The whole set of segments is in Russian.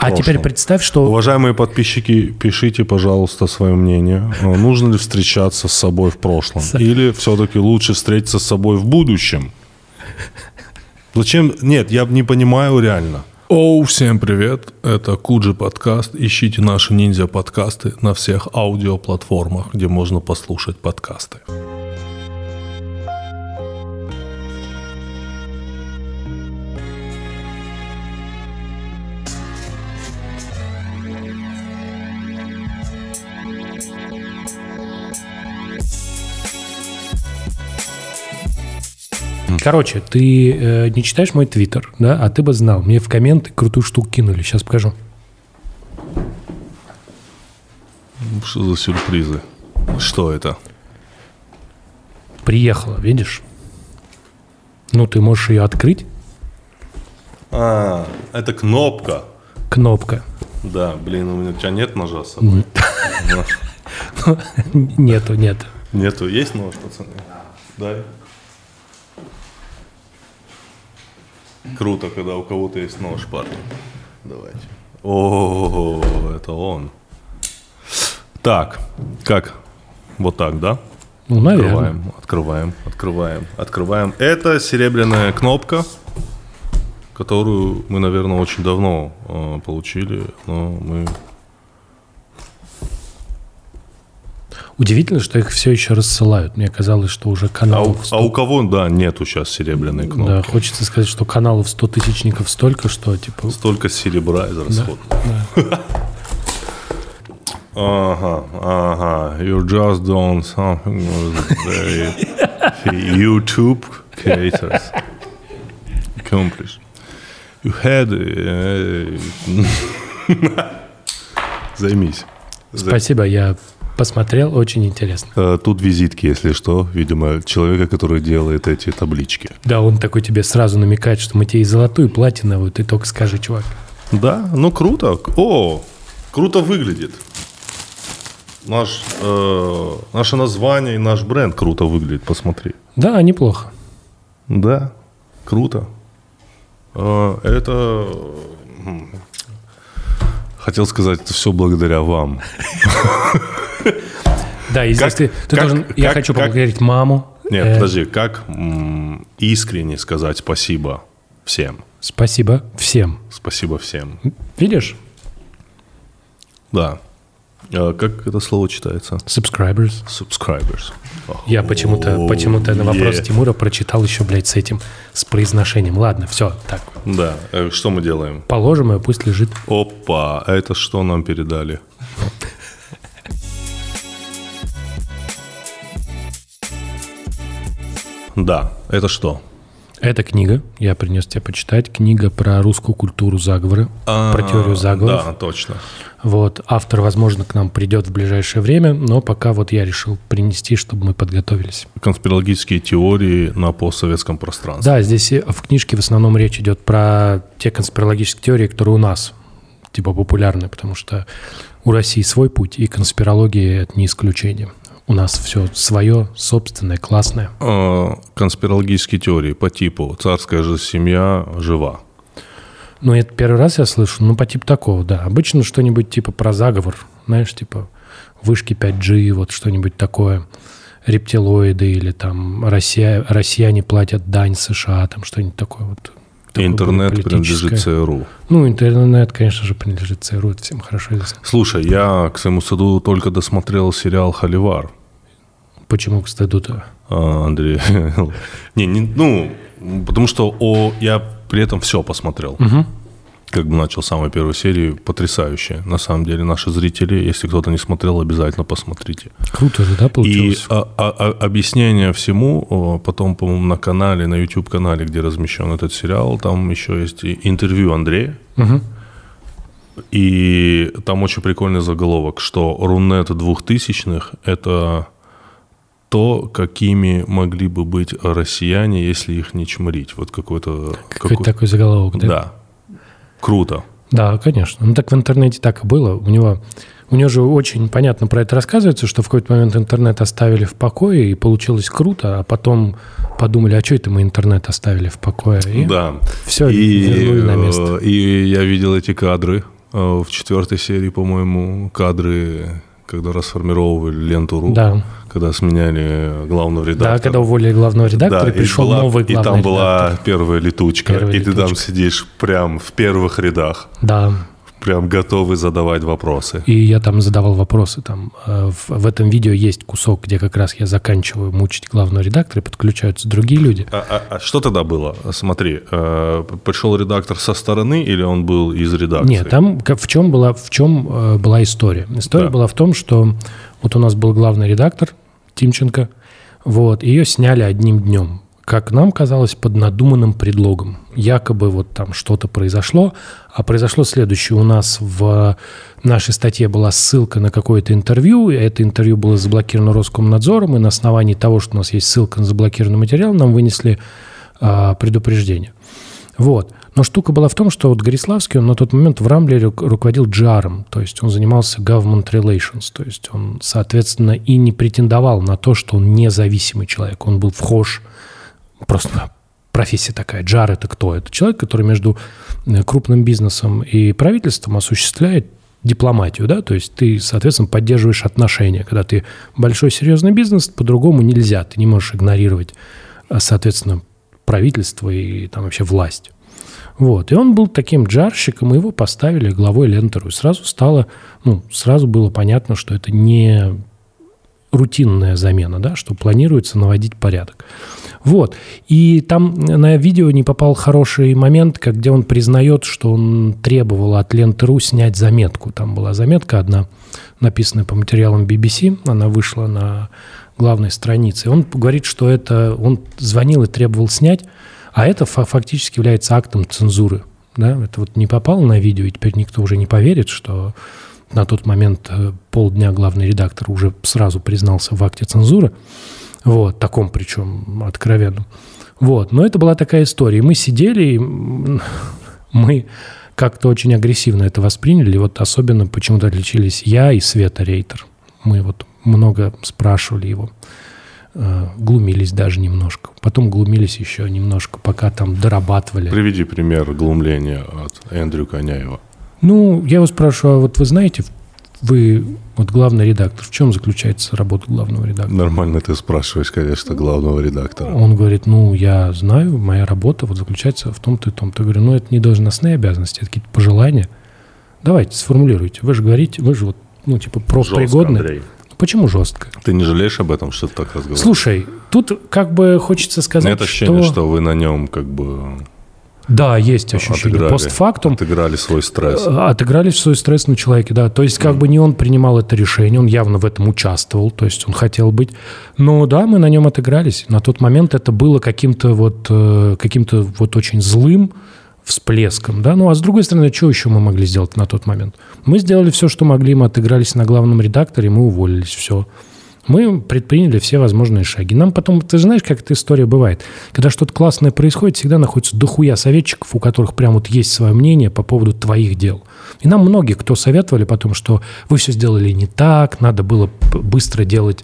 А теперь представь, что... Уважаемые подписчики, пишите, пожалуйста, свое мнение. Нужно ли встречаться с собой в прошлом? Или все-таки лучше встретиться с собой в будущем? Зачем? Нет, я не понимаю реально. Всем привет. Это Куджи подкаст. Ищите наши ниндзя-подкасты на всех аудиоплатформах, где можно послушать подкасты. Короче, ты не читаешь мой твиттер, да? А ты бы знал. Мне в комменты крутую штуку кинули. Сейчас покажу. Что за сюрпризы? Что это? Приехала, видишь? Ну, ты можешь ее открыть. Это кнопка. Кнопка. Да, блин, у тебя нет ножа с собой? Нету. Нету? Есть нож, пацаны? Дай. Круто, когда у кого-то есть нож, парни. Давайте. О, это он. Так, как? Вот так, да? Ну, наверное. Открываем. Это серебряная кнопка, которую мы, наверное, очень давно получили, но мы... Удивительно, что их все еще рассылают. Мне казалось, что уже каналов... А у кого, да, нету сейчас серебряной кнопки? Да, хочется сказать, что каналов 100 тысячников столько, что типа... Столько серебра израсходовано. Да. Ага. You just done something very YouTube creators accomplished. You had... Займись. Спасибо, я... Посмотрел, очень интересно. Тут визитки, если что, видимо, человека, который делает эти таблички. Да, он такой тебе сразу намекает, что мы тебе и золотую, и платиновую, ты только скажи, чувак. Да, ну круто. Круто выглядит. Наше название и наш бренд круто выглядит, посмотри. Да, неплохо. Да, круто. Это... Хотел сказать, это все благодаря вам. Да, и здесь ты должен... Я хочу поблагодарить маму. Нет, подожди, как искренне сказать спасибо всем? Спасибо всем. Спасибо всем. Видишь? Да. Как это слово читается? Subscribers. Я почему-то на вопрос Тимура прочитал еще, блядь, с произношением. Ладно, все, так. Да, что мы делаем? Положим ее, пусть лежит. Опа, а это что нам передали? Да, это что? Это книга, я принес тебе почитать. Книга про русскую культуру заговора, про теорию заговоров. Да, точно. Вот, автор, возможно, к нам придет в ближайшее время, но пока вот я решил принести, чтобы мы подготовились. Конспирологические теории на постсоветском пространстве. Да, здесь в книжке в основном речь идет про те конспирологические теории, которые у нас, типа, популярны, потому что у России свой путь, и конспирология – это не исключение. У нас все свое, собственное, классное. Конспирологические теории по типу «царская же семья жива». Ну, это первый раз я слышу, по типу такого, да. Обычно что-нибудь типа про заговор, знаешь, типа вышки 5G, вот что-нибудь такое, рептилоиды или там россияне платят дань США, там что-нибудь такое вот. Интернет принадлежит ЦРУ. Ну, интернет, конечно же, принадлежит ЦРУ, это всем хорошо известно. Слушай, я к своему стыду только досмотрел сериал «Холивар». Почему к стыду-то? Андрей, потому что я при этом все посмотрел. Угу. Как бы начал с самой первой серии, потрясающая. На самом деле, наши зрители, если кто-то не смотрел, обязательно посмотрите. Круто же, да, получилось? И объяснение всему потом, по-моему, на канале, на YouTube-канале, где размещен этот сериал, там еще есть интервью Андрея. Угу. И там очень прикольный заголовок, что Рунет 2000-х – это то, какими могли бы быть россияне, если их не чморить. Вот какой-то такой заголовок, да? Да. Круто. Да, конечно. Ну, так в интернете так и было. У него же очень понятно про это рассказывается, что в какой-то момент интернет оставили в покое, и получилось круто, а потом подумали, а что это мы интернет оставили в покое? И да. все вернули на место. И я видел эти кадры, в 4 серии, по-моему, кадры, когда расформировывали Ленту.ру, да. когда сменяли главного редактора. Да, когда уволили главного редактора, и пришел новый главный редактор. И там была первая летучка, ты там сидишь прям в первых рядах. Да. Прям готовый задавать вопросы. И я там задавал вопросы. Там, в этом видео есть кусок, где как раз я заканчиваю мучить главного редактора, и подключаются другие люди. А что тогда было? Смотри, пришел редактор со стороны или он был из редакции? Нет, там в чем была история? История была в том, что вот у нас был главный редактор Тимченко, вот, ее сняли одним днем. Как нам казалось, под надуманным предлогом. Якобы вот там что-то произошло, а произошло следующее. У нас в нашей статье была ссылка на какое-то интервью, и это интервью было заблокировано Роскомнадзором, и на основании того, что у нас есть ссылка на заблокированный материал, нам вынесли предупреждение. Вот. Но штука была в том, что вот Гориславский, он на тот момент в Рамблере руководил GR, то есть он занимался government relations, то есть он, соответственно, и не претендовал на то, что он независимый человек, он был вхож. Просто профессия такая. GR – это кто? Это человек, который между крупным бизнесом и правительством осуществляет дипломатию, да, то есть ты, соответственно, поддерживаешь отношения. Когда ты большой серьезный бизнес, по-другому нельзя. Ты не можешь игнорировать, соответственно, правительство и там вообще власть. Вот. И он был таким джарщиком, и его поставили главой Ленты.ру. И сразу было понятно, что это не рутинная замена, да, что планируется наводить порядок. Вот. И там на видео не попал хороший момент, где он признает, что он требовал от Ленты.ру снять заметку. Там была заметка одна, написанная по материалам BBC, она вышла на главной странице. Он говорит, что это он звонил и требовал снять, а это фактически является актом цензуры. Да? Это вот не попало на видео, и теперь никто уже не поверит, что на тот момент полдня главный редактор уже сразу признался в акте цензуры. Вот, таком причем откровенном. Вот, но это была такая история. И мы сидели, и мы как-то очень агрессивно это восприняли. Вот особенно почему-то отличились я и Света Рейтер. Мы вот много спрашивали его. Глумились даже немножко. Потом глумились еще немножко, пока там дорабатывали. Приведи пример глумления от Эндрю Коняева. Ну, я его спрашиваю, а вот вы знаете, вы вот главный редактор, в чем заключается работа главного редактора? Нормально ты спрашиваешь, конечно, главного редактора. Он говорит, я знаю, моя работа вот заключается в том-то и том-то. Я говорю, это не должностные обязанности, это какие-то пожелания. Давайте, сформулируйте. Вы же говорите, вы же вот, профпригодны. Жестко, Андрей. Почему жестко? Ты не жалеешь об этом, что ты так разговариваешь? Слушай, тут как бы хочется сказать, это ощущение, что вы на нем как бы... Да, есть ощущение. Постфактум. Отыграли свой стресс. Отыграли свой стресс на человеке, да. То есть как бы не он принимал это решение, он явно в этом участвовал, то есть он хотел быть. Но да, мы на нем отыгрались. На тот момент это было каким-то очень злым всплеском, да. А с другой стороны, что еще мы могли сделать на тот момент? Мы сделали все, что могли, мы отыгрались на главном редакторе, мы уволились, все. Мы предприняли все возможные шаги. Нам потом, ты же знаешь, как эта история бывает. Когда что-то классное происходит, всегда находится дохуя советчиков, у которых прям вот есть свое мнение по поводу твоих дел. И нам многие, кто советовали потом, что вы все сделали не так, надо было быстро делать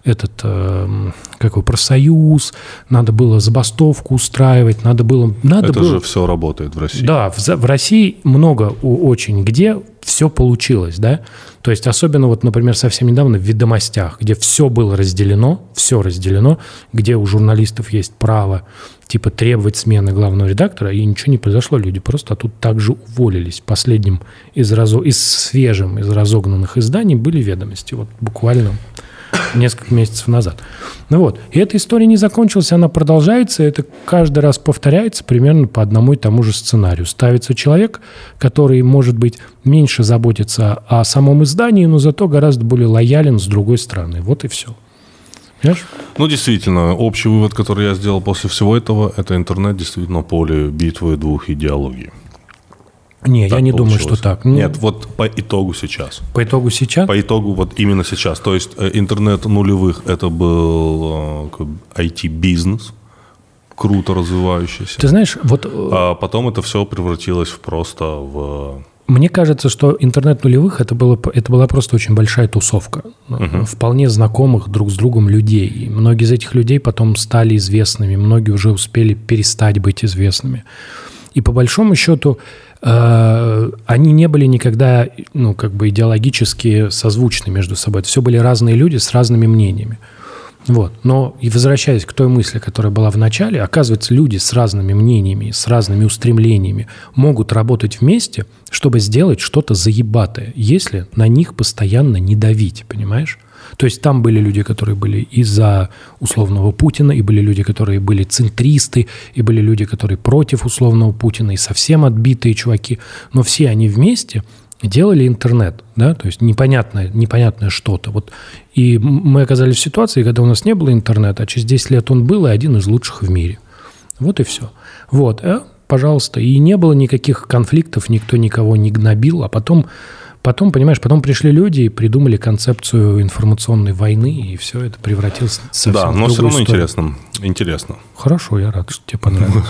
профсоюз, надо было забастовку устраивать, надо было... Это же все работает в России. Да, в России много очень где все получилось, да. То есть особенно вот, например, совсем недавно в «Ведомостях», где все разделено, где у журналистов есть право требовать смены главного редактора, и ничего не произошло, люди просто тут также уволились. Последним из разогнанных изданий были «Ведомости», вот буквально несколько месяцев назад. И эта история не закончилась, она продолжается, это каждый раз повторяется примерно по одному и тому же сценарию. Ставится человек, который, может быть, меньше заботится о самом издании, но зато гораздо более лоялен с другой стороны. Вот и все. Понимаешь? Действительно, общий вывод, который я сделал после всего этого, это интернет действительно поле битвы двух идеологий. Не, я не думаю, что так. Нет, вот по итогу сейчас. По итогу сейчас? По итогу вот именно сейчас. То есть интернет нулевых – это был IT-бизнес, круто развивающийся. Ты знаешь, А потом это все превратилось в... Мне кажется, что интернет нулевых это была просто очень большая тусовка. Вполне знакомых друг с другом людей. И многие из этих людей потом стали известными, многие уже успели перестать быть известными. И по большому счету они не были никогда, идеологически созвучны между собой. Это все были разные люди с разными мнениями. Вот. Но и возвращаясь к той мысли, которая была в начале, оказывается, люди с разными мнениями, с разными устремлениями могут работать вместе, чтобы сделать что-то заебатое, если на них постоянно не давить, понимаешь? То есть там были люди, которые были из-за условного Путина, и были люди, которые были центристы, и были люди, которые против условного Путина, и совсем отбитые чуваки. Но все они вместе делали интернет, да, то есть непонятное что-то. Вот. И мы оказались в ситуации, когда у нас не было интернета, а через 10 лет он был, и один из лучших в мире. Вот и все. Вот, пожалуйста. И не было никаких конфликтов, никто никого не гнобил, а потом, понимаешь, пришли люди и придумали концепцию информационной войны, и все это превратилось совсем в другую историю. Да, но все равно интересно. Хорошо, я рад, что тебе понравилось.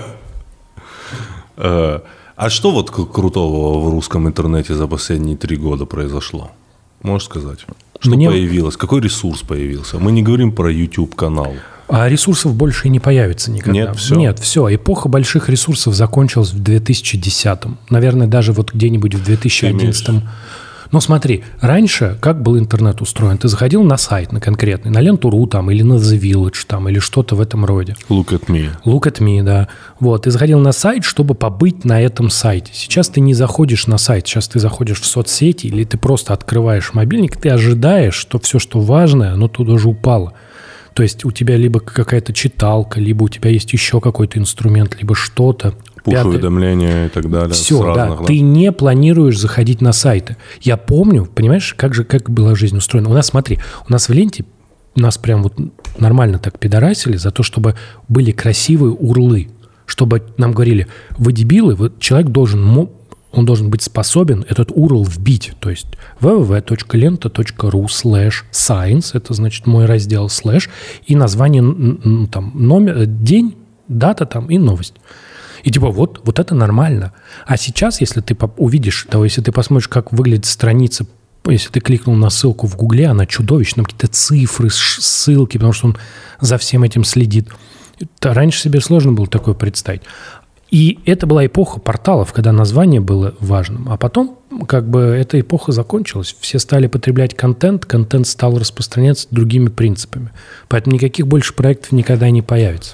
А что вот крутого в русском интернете за последние 3 года произошло? Можешь сказать? Что появилось? Какой ресурс появился? Мы не говорим про YouTube-канал. А ресурсов больше и не появится никогда. Нет, все. Эпоха больших ресурсов закончилась в 2010-м. Наверное, даже вот где-нибудь в 2011-м. Но смотри, раньше как был интернет устроен? Ты заходил на сайт, на конкретный, на Ленту.ру там, или на The Village там, или что-то в этом роде. Look at me, да. Вот, ты заходил на сайт, чтобы побыть на этом сайте. Сейчас ты не заходишь на сайт, сейчас ты заходишь в соцсети, или ты просто открываешь мобильник, ты ожидаешь, что все, что важное, оно туда же упало. То есть у тебя либо какая-то читалка, либо у тебя есть еще какой-то инструмент, либо что-то. Пуш-уведомления и так далее. Все, да. Ты не планируешь заходить на сайты. Я помню, понимаешь, как была жизнь устроена. У нас в ленте нас прям вот нормально так пидорасили за то, чтобы были красивые урлы. Чтобы нам говорили, вы дебилы, человек должен быть способен этот URL вбить. То есть www.lenta.ru/science, это значит мой раздел / и название, там, номер, день, дата там и новость. И типа вот это нормально. А сейчас, если ты увидишь, если ты посмотришь, как выглядит страница, если ты кликнул на ссылку в Гугле, она чудовищная, какие-то цифры, ссылки, потому что он за всем этим следит. Раньше себе сложно было такое представить. И это была эпоха порталов, когда название было важным. А потом эта эпоха закончилась. Все стали потреблять контент стал распространяться другими принципами. Поэтому никаких больше проектов никогда не появится.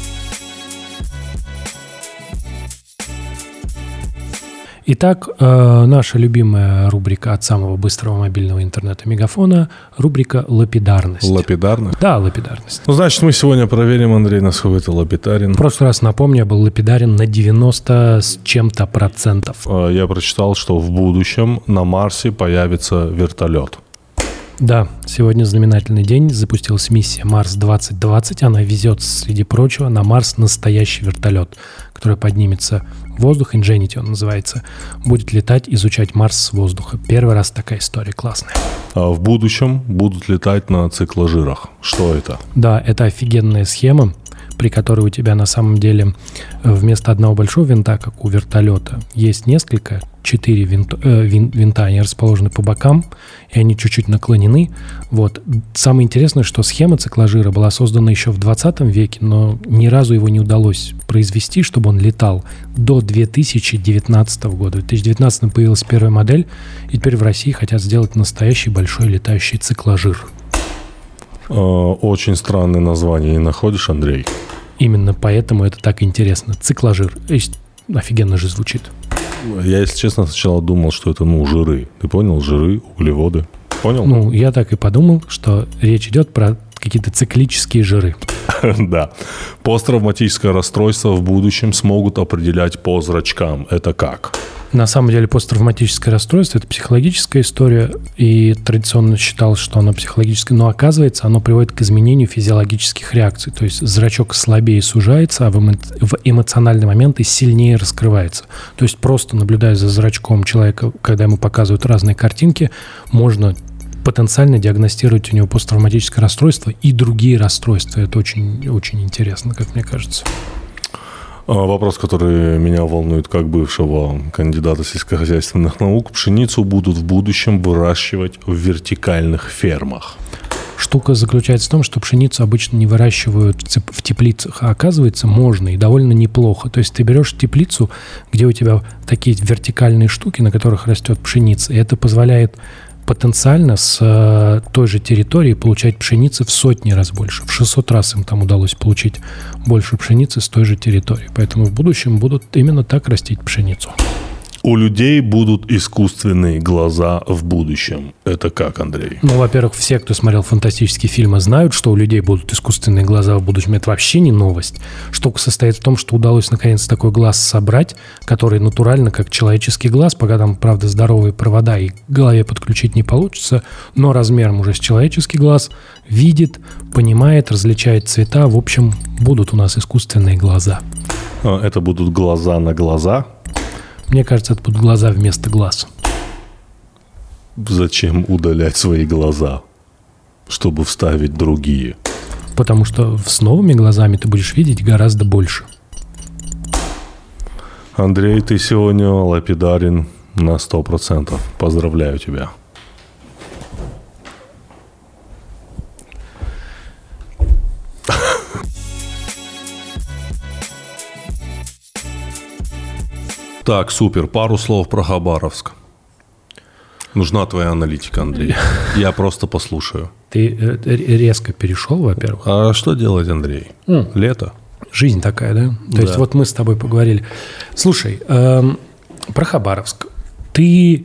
Итак, наша любимая рубрика от самого быстрого мобильного интернета Мегафона – рубрика «Лапидарность». Лапидарность? Да, лапидарность. Значит, мы сегодня проверим, Андрей, насколько ты лапидарен. В прошлый раз, напомню, я был лапидарен на 90 с чем-то процентов. Я прочитал, что в будущем на Марсе появится вертолет. Да, сегодня знаменательный день. Запустилась миссия Марс-2020. Она везет, среди прочего, на Марс настоящий вертолет, который поднимется в воздух. Ingenuity он называется. Будет летать, изучать Марс с воздуха. Первый раз такая история классная. А в будущем будут летать на цикложирах. Что это? Да, это офигенная схема, при которой у тебя на самом деле вместо одного большого винта, как у вертолета, есть несколько, 4 винта, они расположены по бокам, и они чуть-чуть наклонены. Вот. Самое интересное, что схема циклажира была создана еще в 20 веке, но ни разу его не удалось произвести, чтобы он летал до 2019 года. В 2019 появилась первая модель, и теперь в России хотят сделать настоящий большой летающий циклажир. Очень странное название, не находишь, Андрей? Именно поэтому это так интересно. Циклажир. Офигенно же звучит. Я, если честно, сначала думал, что это, жиры. Ты понял? Жиры, углеводы. Понял? Я так и подумал, что речь идет про какие-то циклические жиры. Да. Посттравматическое расстройство в будущем смогут определять по зрачкам. Это как? На самом деле посттравматическое расстройство – это психологическая история, и традиционно считалось, что оно психологическое, но оказывается, оно приводит к изменению физиологических реакций, то есть зрачок слабее сужается, а в эмоциональные моменты сильнее раскрывается. То есть просто наблюдая за зрачком человека, когда ему показывают разные картинки, можно потенциально диагностировать у него посттравматическое расстройство и другие расстройства. Это очень, очень интересно, как мне кажется. Вопрос, который меня волнует как бывшего кандидата сельскохозяйственных наук. Пшеницу будут в будущем выращивать в вертикальных фермах. Штука заключается в том, что пшеницу обычно не выращивают в теплицах, а оказывается можно и довольно неплохо. То есть ты берешь теплицу, где у тебя такие вертикальные штуки, на которых растет пшеница, и это позволяет потенциально с той же территории получать пшеницы в сотни раз больше. В 600 раз им там удалось получить больше пшеницы с той же территории. Поэтому в будущем будут именно так растить пшеницу. У людей будут искусственные глаза в будущем. Это как, Андрей? Ну, во-первых, все, кто смотрел фантастические фильмы, знают, что у людей будут искусственные глаза в будущем. Это вообще не новость. Штука состоит в том, что удалось наконец такой глаз собрать, который натурально, как человеческий глаз, пока там, правда, здоровые провода и к голове подключить не получится, но размером уже с человеческий глаз, видит, понимает, различает цвета. В общем, будут у нас искусственные глаза. Это будут глаза на глаза? Мне кажется, это будут глаза вместо глаз. Зачем удалять свои глаза, чтобы вставить другие? Потому что с новыми глазами ты будешь видеть гораздо больше. Андрей, ты сегодня лапидарен на 100%. Поздравляю тебя. Так, супер. Пару слов про Хабаровск. Нужна твоя аналитика, Андрей. Я просто послушаю. Ты резко перешел, во-первых. А что делать, Андрей? Лето. Жизнь такая, да? То есть вот мы с тобой поговорили. Слушай, про Хабаровск. Ты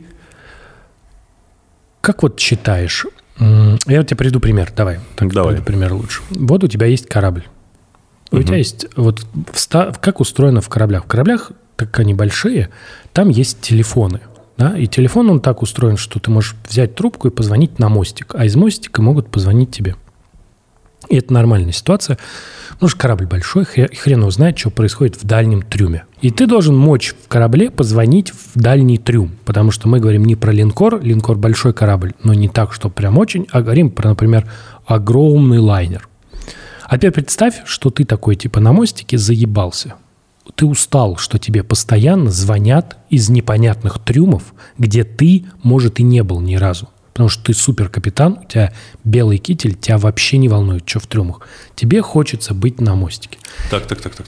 как вот считаешь? Я тебе приведу пример. Давай. Приведу пример лучше. Вот у тебя есть корабль. У тебя есть... Вот как устроено в кораблях? В кораблях, так как они большие, там есть телефоны. Да? И телефон, он так устроен, что ты можешь взять трубку и позвонить на мостик. А из мостика могут позвонить тебе. И это нормальная ситуация. Потому что корабль большой, хрен его знает, что происходит в дальнем трюме. И ты должен мочь в корабле позвонить в дальний трюм. Потому что мы говорим не про линкор. Линкор – большой корабль, но не так, что прям очень. А говорим про, например, огромный лайнер. А теперь представь, что ты такой типа на мостике заебался. Ты устал, что тебе постоянно звонят из непонятных трюмов, где ты, может, и не был ни разу. Потому что ты суперкапитан, у тебя белый китель, тебя вообще не волнует, что в трюмах. Тебе хочется быть на мостике. Так.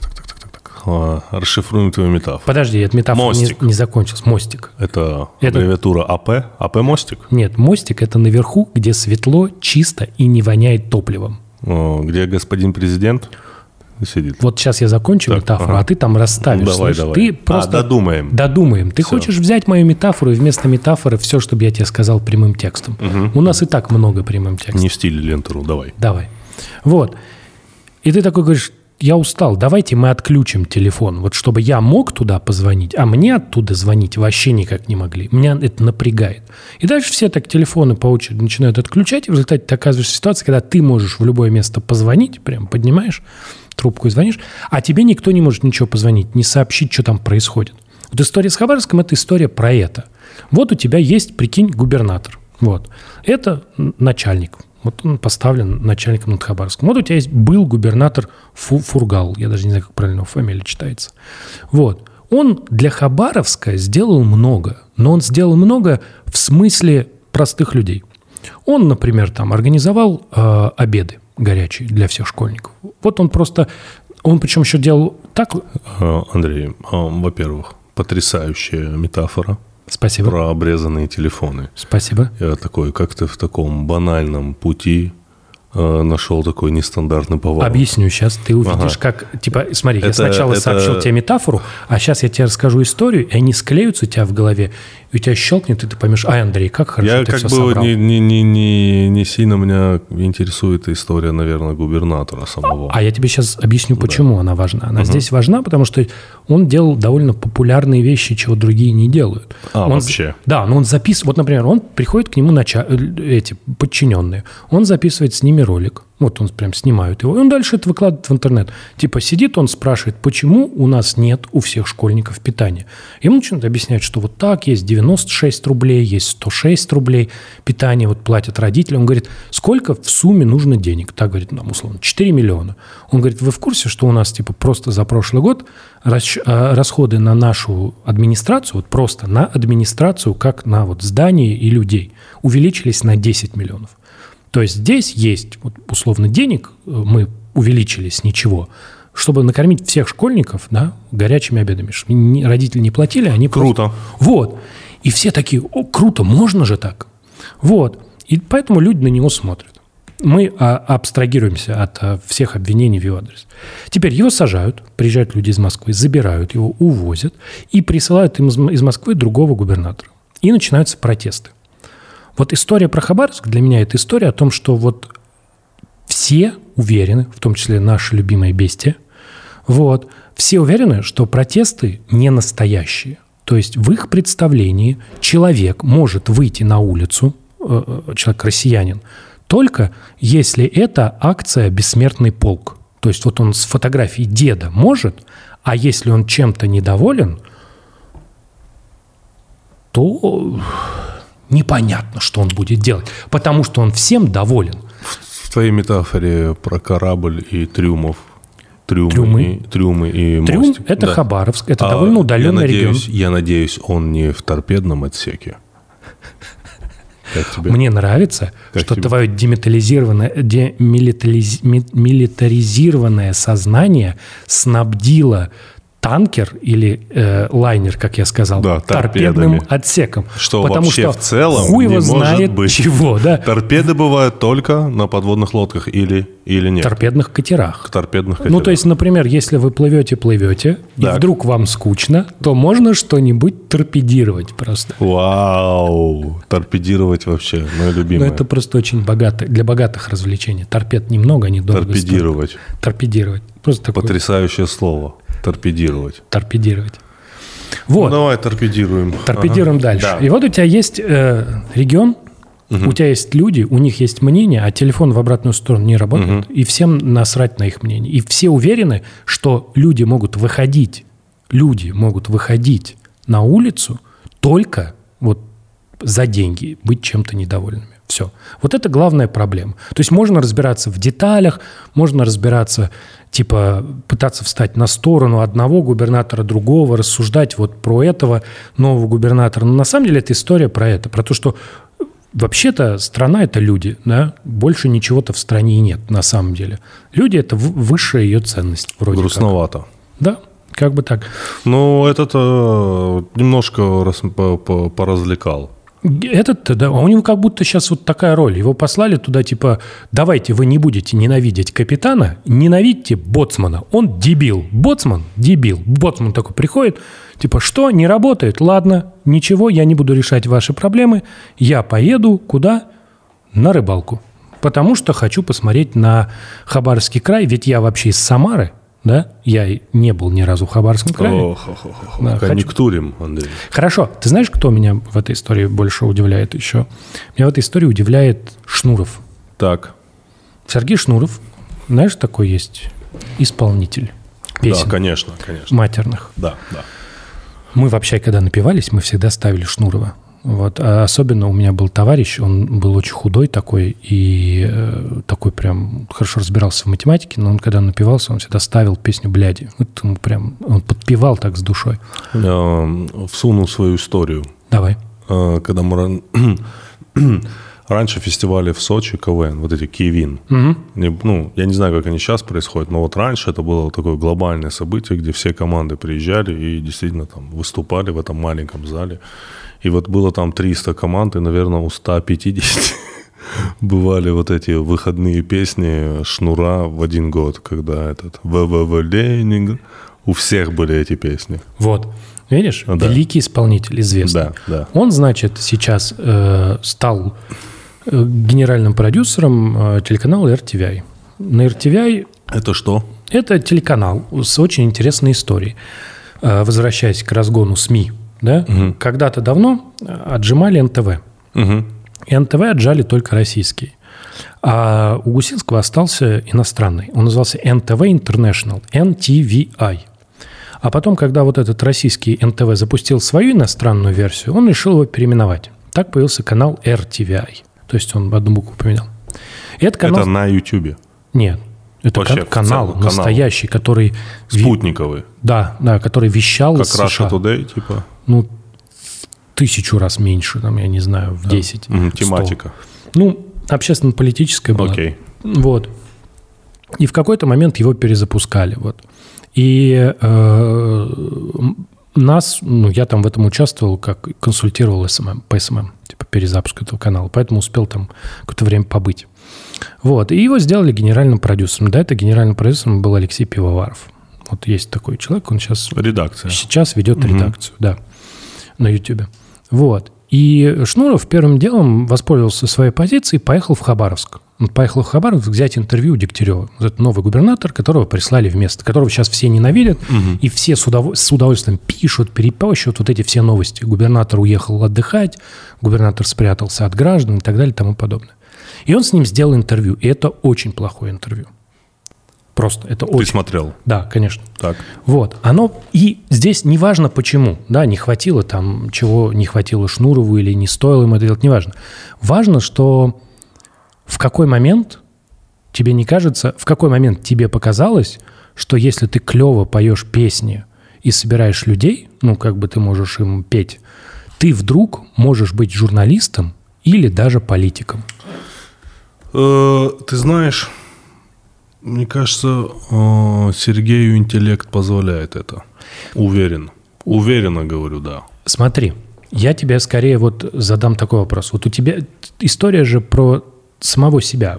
Расшифруем твою метафору. Подожди, эта метафора не закончилась. Мостик. Это аббревиатура АП? АП-мостик? Нет, мостик – это наверху, где светло, чисто и не воняет топливом. Где господин президент сидит. Вот сейчас я закончу метафору, а ты там расставишь. Давай. Ты просто додумаем. Ты хочешь взять мою метафору и вместо метафоры все, чтобы я тебе сказал прямым текстом. У нас и так много прямым текстом. Не в стиле Лентеру, давай. Вот. И ты такой говоришь, я устал, давайте мы отключим телефон, вот чтобы я мог туда позвонить, а мне оттуда звонить вообще никак не могли. Меня это напрягает. И дальше все так телефоны по очереди начинают отключать, и в результате ты оказываешься в ситуации, когда ты можешь в любое место позвонить, прям поднимаешь трубку и звонишь, а тебе никто не может ничего позвонить, не сообщить, что там происходит. Вот история с Хабаровском – это история про это. Вот у тебя есть, прикинь, губернатор. Вот. Это начальник. Вот он поставлен начальником над Хабаровском. Вот у тебя был губернатор Фургал. Я даже не знаю, как правильно его фамилия читается. Вот. Он для Хабаровска сделал много. Но он сделал много в смысле простых людей. Он, например, там организовал обеды горячие для всех школьников. Вот он просто... Он причем еще делал так... Андрей, во-первых, потрясающая метафора. Спасибо. Про обрезанные телефоны. Спасибо. Я такой, как ты в таком банальном пути нашел такой нестандартный поворот. Объясню сейчас. Ты увидишь, как... Типа, смотри, я сначала сообщил тебе метафору, а сейчас я тебе расскажу историю, и они склеются у тебя в голове, и у тебя щелкнет, и ты поймешь, Андрей, как хорошо ты все собрал. Я как бы не сильно меня интересует история, наверное, губернатора самого. А я тебе сейчас объясню, почему она важна. Она здесь важна, потому что он делал довольно популярные вещи, чего другие не делают. Вообще? Да, но он записывает... Вот, например, он приходит к нему эти подчиненные, он записывает с ними ролик. Вот он прям снимает его, и он дальше это выкладывает в интернет. Типа сидит, он спрашивает, почему у нас нет у всех школьников питания. Ему начинают объяснять, что вот так, есть 96 рублей, есть 106 рублей питания, вот платят родители. Он говорит, сколько в сумме нужно денег? Так говорит, нам условно, 4 миллиона. Он говорит, вы в курсе, что у нас типа просто за прошлый год расходы на нашу администрацию, вот просто на администрацию, как на вот здание и людей, увеличились на 10 миллионов. То есть здесь есть, вот, условно, денег мы увеличили с ничего, чтобы накормить всех школьников, да, горячими обедами. Родители не платили, они Круто. Просто... Вот. И все такие: о, круто, можно же так. Вот. И поэтому люди на него смотрят. Мы абстрагируемся от всех обвинений в его адрес. Теперь его сажают, приезжают люди из Москвы, забирают его, увозят и присылают им из Москвы другого губернатора. И начинаются протесты. Вот история про Хабаровск для меня – это история о том, что вот все уверены, в том числе наше любимое бестия, вот, все уверены, что протесты не настоящие. То есть в их представлении человек может выйти на улицу, человек-россиянин, только если это акция «Бессмертный полк». То есть вот он с фотографией деда может, а если он чем-то недоволен, то непонятно, что он будет делать, потому что он всем доволен. В твоей метафоре про корабль и трюмы и мостик. Трюм – это да. Хабаровск, это довольно удаленный регион. Я надеюсь, он не в торпедном отсеке. Мне нравится, что твое демилитаризированное сознание снабдило танкер или лайнер, как я сказал, да, торпедным отсеком. Что потому вообще что в целом хуй его не знает может быть. Чего. Да? Торпеды бывают только на подводных лодках или нет? Торпедных катерах. Торпедных катерах. Ну, то есть, например, если вы плывете, и вдруг вам скучно, то можно что-нибудь торпедировать просто. Вау! Торпедировать вообще мое любимое. Ну, это просто очень для богатых развлечений. Торпед немного, они дорого торпедировать. стоят. Торпедировать. Просто такое. Потрясающее слово. Торпедировать. Вот. Ну, давай торпедируем. Торпедируем дальше. Да. И вот у тебя есть регион, у тебя есть люди, у них есть мнение, а телефон в обратную сторону не работает, и всем насрать на их мнение. И все уверены, что люди могут выходить на улицу только вот за деньги, быть чем-то недовольными. Все. Вот это главная проблема. То есть можно разбираться в деталях, можно разбираться, пытаться встать на сторону одного губернатора, другого, рассуждать вот про этого нового губернатора. Но на самом деле это история про то, что вообще-то страна – это люди, да? Больше ничего-то в стране и нет на самом деле. Люди – это высшая ее ценность. Вроде грустновато. Как. Да, как бы так. Ну, этот немножко поразвлекал. Этот-то, да, у него как будто сейчас вот такая роль. Его послали туда, давайте вы не будете ненавидеть капитана, ненавидьте боцмана. Он дебил. Боцман – дебил. Боцман такой приходит, что, не работает? Ладно, ничего, я не буду решать ваши проблемы. Я поеду куда? На рыбалку. Потому что хочу посмотреть на Хабаровский край, ведь я вообще из Самары. Да? Я не был ни разу в Хабаровском крае. Да, конъюнктурим, Андрей. Хорошо. Ты знаешь, кто меня в этой истории больше удивляет еще? Меня в этой истории удивляет Шнуров. Так. Сергей Шнуров, знаешь, такой есть исполнитель песен. Да, конечно. Матерных. Да. Мы вообще, когда напивались, мы всегда ставили Шнурова. Вот. А особенно у меня был товарищ, он был очень худой такой и такой прям хорошо разбирался в математике, но он когда напивался, он всегда ставил песню «Бляди». Вот он подпевал так с душой. Я всуну свою историю. Давай. Когда мы раньше фестивали в Сочи, КВН, вот эти Киевин. Ну, я не знаю, как они сейчас происходят, но вот раньше это было такое глобальное событие, где все команды приезжали и действительно там выступали в этом маленьком зале. И вот было там 300 команд, и, наверное, у 150 бывали вот эти выходные песни Шнура в один год, когда «ВВВ у всех были эти песни. Вот. Видишь? Да. Великий исполнитель, известный. Да. Он, значит, сейчас стал генеральным продюсером телеканала RTVI. На RTVI... Это что? Это телеканал с очень интересной историей. Возвращаясь к разгону СМИ, да? Когда-то давно отжимали НТВ. И НТВ отжали только российский. А у Гусинского остался иностранный. Он назывался НТВ International, NTVI. А потом, когда вот этот российский НТВ запустил свою иностранную версию, он решил его переименовать. Так появился канал RTVI. То есть он одну букву поменял. Это на Ютубе? Нет. Это канал настоящий, который... Спутниковый? Да, который вещал как из США. Russia Today, типа? Ну, 1000 раз меньше, там, я не знаю, в 10. Тематика. 100. Ну, Общественно-политическое было. Окей. Вот. И в какой-то момент его перезапускали. Вот. И я там в этом участвовал, как консультировал по СММ, типа перезапуск этого канала, поэтому успел там какое-то время побыть. Вот. И его сделали генеральным продюсером. До этого генеральным продюсером был Алексей Пивоваров. Вот есть такой человек, он сейчас ведет редакцию, да, на YouTube. Вот. И Шнуров первым делом воспользовался своей позицией и поехал в Хабаровск. Он поехал в Хабаровск взять интервью у Дегтярева. Это новый губернатор, которого прислали вместо, которого сейчас все ненавидят, и все с удовольствием пишут, перепощут вот эти все новости. Губернатор уехал отдыхать, губернатор спрятался от граждан и так далее и тому подобное. И он с ним сделал интервью, и это очень плохое интервью. Просто это очень... Ты смотрел? Да, конечно. Так. Вот. И здесь не важно почему. Да, не хватило там, чего не хватило Шнурову или не стоило ему это делать, не важно. Важно, что в какой момент тебе не кажется, в какой момент тебе показалось, что если ты клево поешь песни и собираешь людей, как бы ты можешь им петь, ты вдруг можешь быть журналистом или даже политиком. Ты знаешь... Мне кажется, Сергею интеллект позволяет это. Уверенно говорю, да. Смотри, я тебе скорее вот задам такой вопрос. Вот у тебя история же про самого себя.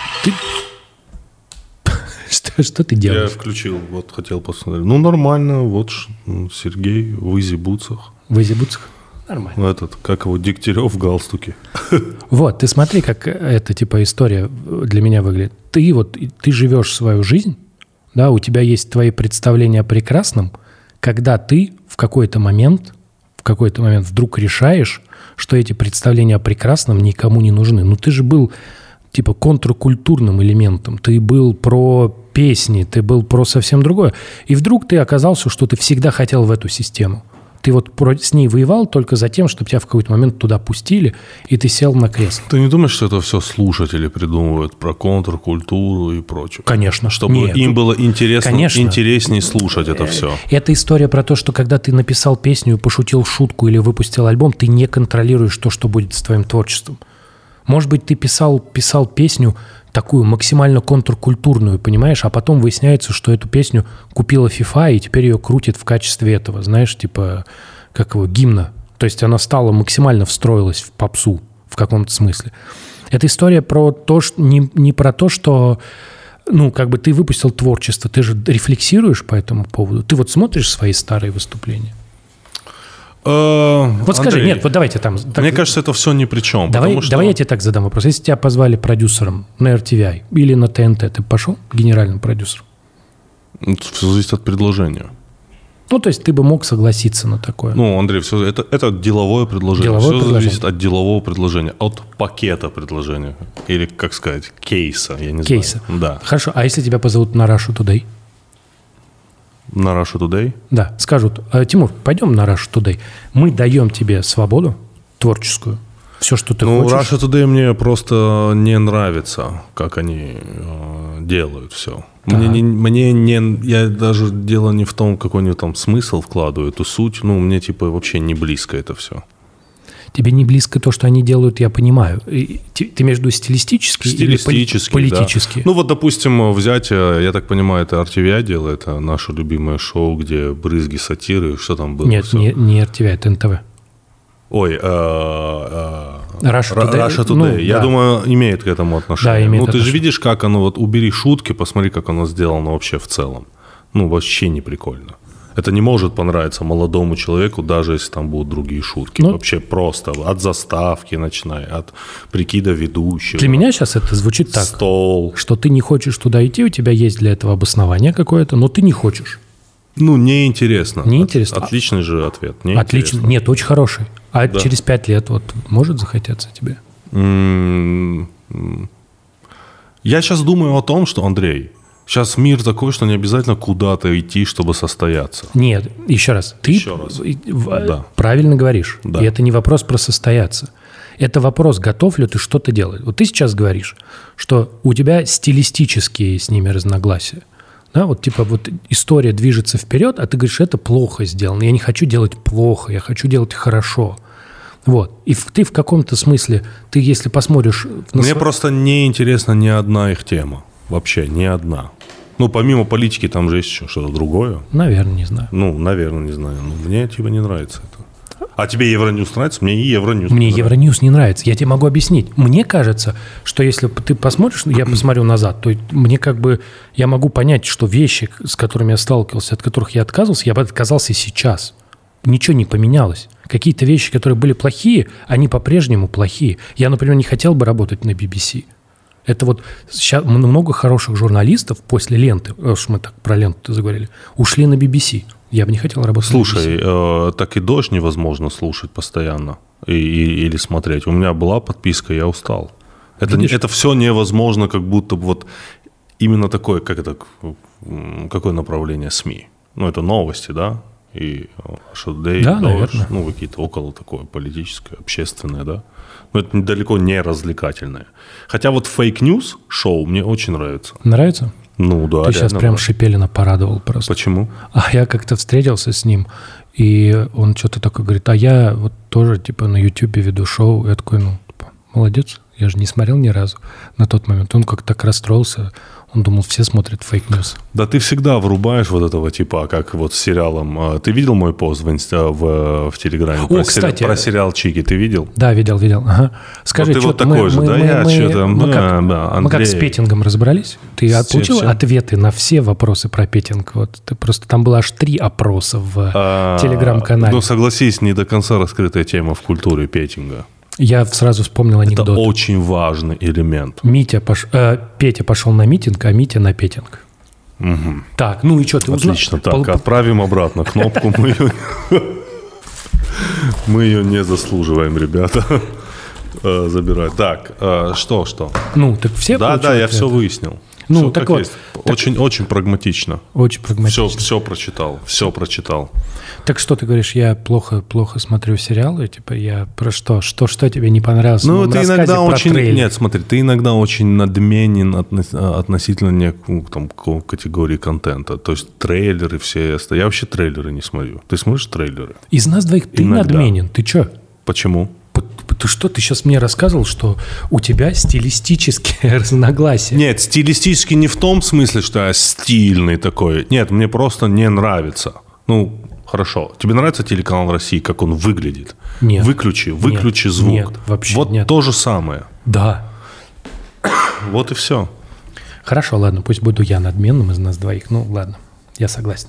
Что ты делаешь? Я включил, вот хотел посмотреть. Нормально, вот Сергей в изи-бутсах. В изи-бутсах? Нормально. Как его, Дегтярев в галстуке. Вот, ты смотри, как эта история для меня выглядит. Ты живешь свою жизнь, да, у тебя есть твои представления о прекрасном, когда ты в какой-то момент вдруг решаешь, что эти представления о прекрасном никому не нужны. Ты же был контркультурным элементом, ты был про песни, ты был про совсем другое. И вдруг ты оказался, что ты всегда хотел в эту систему. Ты с ней воевал только за тем, чтобы тебя в какой-то момент туда пустили, и ты сел на кресло. Ты не думаешь, что это все слушатели придумывают про контркультуру и прочее? Конечно. Чтобы им было интереснее слушать это все. Это история про то, что когда ты написал песню, пошутил шутку или выпустил альбом, ты не контролируешь то, что будет с твоим творчеством. Может быть, ты писал песню такую максимально контркультурную, понимаешь, а потом выясняется, что эту песню купила FIFA, и теперь ее крутит в качестве этого, знаешь, гимна. То есть она максимально встроилась в попсу в каком-то смысле. Это история про то, что не про то, что ты выпустил творчество, ты же рефлексируешь по этому поводу. Ты смотришь свои старые выступления. Скажи, Андрей, давайте там... Мне кажется, это все ни при чем. Давай я тебе так задам вопрос. Если тебя позвали продюсером на RTVI или на ТНТ, ты пошел генеральным продюсером? Все зависит от предложения. То есть ты бы мог согласиться на такое? Андрей, это деловое предложение. Зависит от делового предложения, от пакета предложения. Или, как сказать, кейса, я не знаю. Кейса. Да. Хорошо, а если тебя позовут на Russia Today? На Russia Today? Да, скажут: Тимур, пойдем на Russia Today. Мы даем тебе свободу творческую, все, что ты хочешь. Russia Today мне просто не нравится, как они делают все. Я даже дело не в том, какой они там смысл вкладывают, эту суть. Мне вообще не близко это все. Тебе не близко то, что они делают, я понимаю. Ты между стилистически или политически? Да. Допустим, взять, я так понимаю, это RTVI делает, это наше любимое шоу, где брызги сатиры, что там было? Нет, не RTVI, это НТВ. Ой, Russia Today. Я думаю, имеет к этому отношение. Да, имеет ты же видишь, как оно, убери шутки, посмотри, как оно сделано вообще в целом. Вообще не прикольно. Это не может понравиться молодому человеку, даже если там будут другие шутки. Вообще просто от заставки начиная, от прикида ведущего. Для меня сейчас это звучит так, что ты не хочешь туда идти, у тебя есть для этого обоснование какое-то, но ты не хочешь. Неинтересно. Неинтересно. Отличный же ответ. Отлично. Нет, очень хороший. А да. Через 5 лет может захотеться тебе? Я сейчас думаю о том, что, Андрей, сейчас мир такой, что не обязательно куда-то идти, чтобы состояться. Нет, еще раз. Ты правильно говоришь. Да. И это не вопрос про состояться. Это вопрос, готов ли ты что-то делать. Вот ты сейчас говоришь, что у тебя стилистические с ними разногласия. Да, история движется вперед, а ты говоришь, это плохо сделано. Я не хочу делать плохо, я хочу делать хорошо. Вот. И ты в каком-то смысле, ты если посмотришь... Мне просто не интересна ни одна их тема. Вообще ни одна. Ну, помимо политики, там же есть еще что-то другое. Наверное, не знаю. Ну, наверное, не знаю. Но мне типа не нравится это. А тебе Евроньюс нравится? Мне и Евроньюс Мне Евроньюс не нравится. Я тебе могу объяснить. Мне кажется, что если ты посмотришь, я посмотрю назад, то мне как бы... Я могу понять, что вещи, с которыми я сталкивался, от которых я отказывался, я бы отказался и сейчас. Ничего не поменялось. Какие-то вещи, которые были плохие, они по-прежнему плохие. Я, например, не хотел бы работать на BBC. Это вот сейчас много хороших журналистов после ленты, уж мы так про ленту заговорили, ушли на BBC. Я бы не хотел работать на BBC. Слушай, так и «Дождь» невозможно слушать постоянно или смотреть. У меня была подписка, я устал. Это все невозможно, как будто вот именно такое, какое направление СМИ. Ну, это новости, да? И Шоу-Дэй, да, наверное. Ну, какие-то около такое политическое, общественное, да. Но это далеко не развлекательное. Хотя вот фейк-ньюс шоу мне очень нравится. Нравится? Ну, да. Ты сейчас прям нравится. Шепелина порадовал просто. Почему? А я как-то встретился с ним, и он что-то такое говорит, а я вот тоже типа на Ютубе веду шоу. Я такой, ну, типа, молодец. Я же не смотрел ни разу на тот момент. Он как-то так расстроился. Он думал, все смотрят фейк-ньюс. Да ты всегда врубаешь вот этого типа, как вот с сериалом. Ты видел мой пост в Телеграме? Кстати. Про сериал «Чики» ты видел? Да, видел. Ага. Скажи, вот ты что вот такой же, да? Я что-то... Мы как с петингом разобрались? Ты получил ответы на все вопросы про петинг? Вот, ты просто там было аж 3 опроса в Телеграм-канале. Ну, согласись, не до конца раскрытая тема в культуре петинга. Я сразу вспомнил анекдот. Это очень важный элемент. Петя пошел на митинг, а Митя на петинг. Угу. Так, ну и что, ты узнал? Отлично, так, отправим обратно кнопку. Мы ее не заслуживаем, ребята, забирать. Так, что? Ну, так все получили Да, я ответ? все выяснил. Ну, все так вот. есть. Очень прагматично. Очень прагматично. Все прочитал. Так что ты говоришь, я плохо смотрю сериалы? Типа я про что? Что тебе не понравилось в Ну, моем ты рассказе иногда про очень... трейлер? Нет, смотри, ты иногда очень надменен относительно некой категории контента. То есть трейлеры все... Я вообще трейлеры не смотрю. Ты смотришь трейлеры? Из нас двоих ты Иногда. надменен. Ты что? Почему? Ты что, ты сейчас мне рассказывал, что у тебя стилистические разногласия? Нет, стилистически не в том смысле, что я стильный такой. Нет, мне просто не нравится. Ну, хорошо. Тебе нравится телеканал России, как он выглядит? Нет. Выключи звук. Нет, вообще вот нет. то же самое. Да. Вот и все. Хорошо, ладно, пусть буду я надменным из нас двоих. Ну, ладно, я согласен.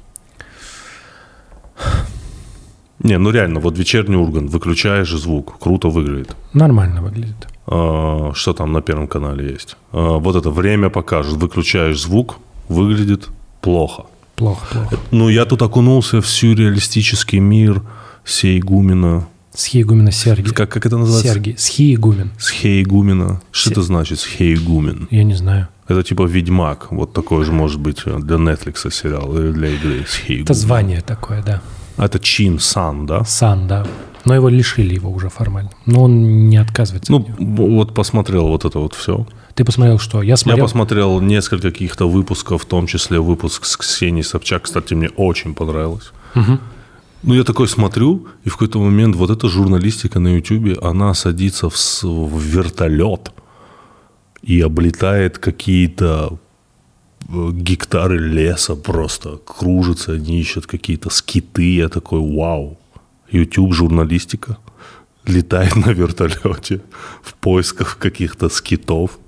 Не, ну реально, вот «Вечерний Ургант», выключаешь звук, круто выглядит. Нормально выглядит. Что там на Первом канале есть? Вот это «Время покажет», выключаешь звук, выглядит плохо. Плохо. Ну, я тут окунулся в сюрреалистический мир Схиегумена. Схиегумена Сергий. Как это называется? Сергий. Схиегумен. Схиегумена. Что это значит, Схиегумен? Я не знаю. Это типа «Ведьмак». Вот такой же может быть для Netflix сериал или для игры Схиегумен. Это звание такое, да. Это чин, сан, да? Сан, да. Но его лишили его уже формально. Но он не отказывается. Ну, вот посмотрел вот это вот все. Ты посмотрел что? Я посмотрел несколько каких-то выпусков, в том числе выпуск с Ксенией Собчак. Кстати, мне очень понравилось. Угу. Ну, я такой смотрю, и в какой-то момент вот эта журналистика на Ютубе, она садится в вертолет и облетает какие-то гектары леса просто. Кружатся, они ищут какие-то скиты. Я такой, вау. YouTube журналистика летает на вертолете в поисках каких-то скитов.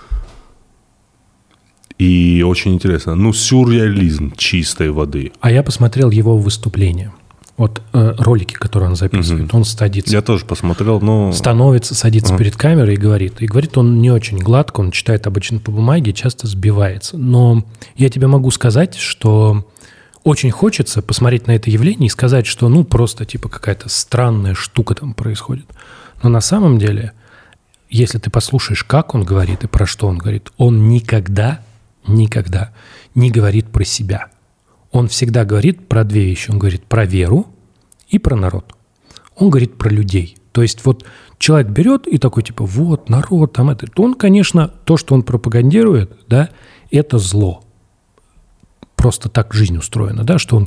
И очень интересно. Ну, сюрреализм чистой воды. А я посмотрел его выступление. Вот ролики, которые он записывает. Он садится. Я тоже посмотрел, но... Садится перед камерой и говорит. И говорит он не очень гладко, он читает обычно по бумаге, часто сбивается. Но я тебе могу сказать, что очень хочется посмотреть на это явление и сказать, что ну просто типа какая-то странная штука там происходит. Но на самом деле, если ты послушаешь, как он говорит и про что он говорит, он никогда не говорит про себя. Он всегда говорит про 2 вещи. Он говорит про веру и про народ. Он говорит про людей. То есть вот человек берет и такой типа вот народ там это. Он, конечно, то, что он пропагандирует, да, это зло. Просто так жизнь устроена, да, что он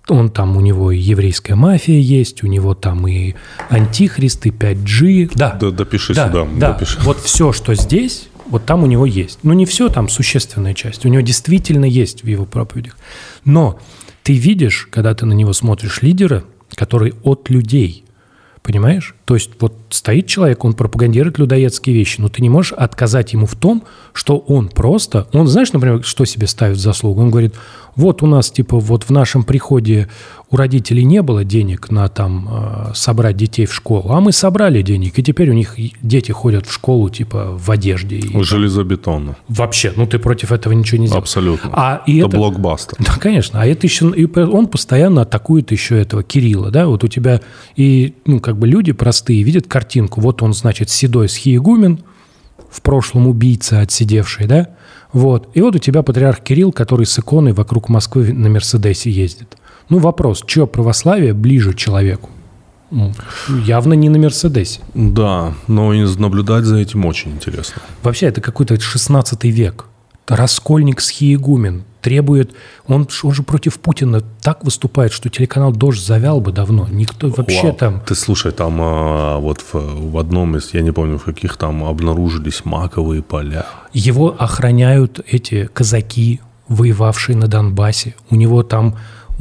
Он там, у него и еврейская мафия есть, у него там и антихрист, и 5G. Да, допиши да, сюда. Да. Допиши. Вот все, что здесь, вот там у него есть. Ну, не все, там существенная часть. У него действительно есть в его проповедях. Но ты видишь, когда ты на него смотришь, лидера, который от людей. Понимаешь? То есть вот стоит человек, он пропагандирует людоедские вещи, но ты не можешь отказать ему в том, что он просто... Он, знаешь, например, что себе ставит в заслугу? Он говорит, вот у нас, типа, вот в нашем приходе у родителей не было денег на там собрать детей в школу, а мы собрали денег, и теперь у них дети ходят в школу, типа, в одежде. И, железобетонно. Вообще, ну ты против этого ничего не сделаешь. Абсолютно. Это блокбастер. Да, конечно. А это еще... И он постоянно атакует еще этого Кирилла, да? Вот у тебя и, ну, как бы люди простые видят картинку. Вот он, значит, седой схиегумен, в прошлом убийца отсидевший, да? Вот. И вот у тебя патриарх Кирилл, который с иконой вокруг Москвы на Мерседесе ездит. Ну, вопрос, чье православие ближе человеку? Ну, явно не на Мерседесе. Да, но наблюдать за этим очень интересно. Вообще, это какой-то 16 век. Раскольник схиегумен требует... Он же против Путина так выступает, что телеканал «Дождь» завял бы давно. Никто вообще там... Ты слушай, там вот в одном из, я не помню, в каких там обнаружились маковые поля. Его охраняют эти казаки, воевавшие на Донбассе. У него там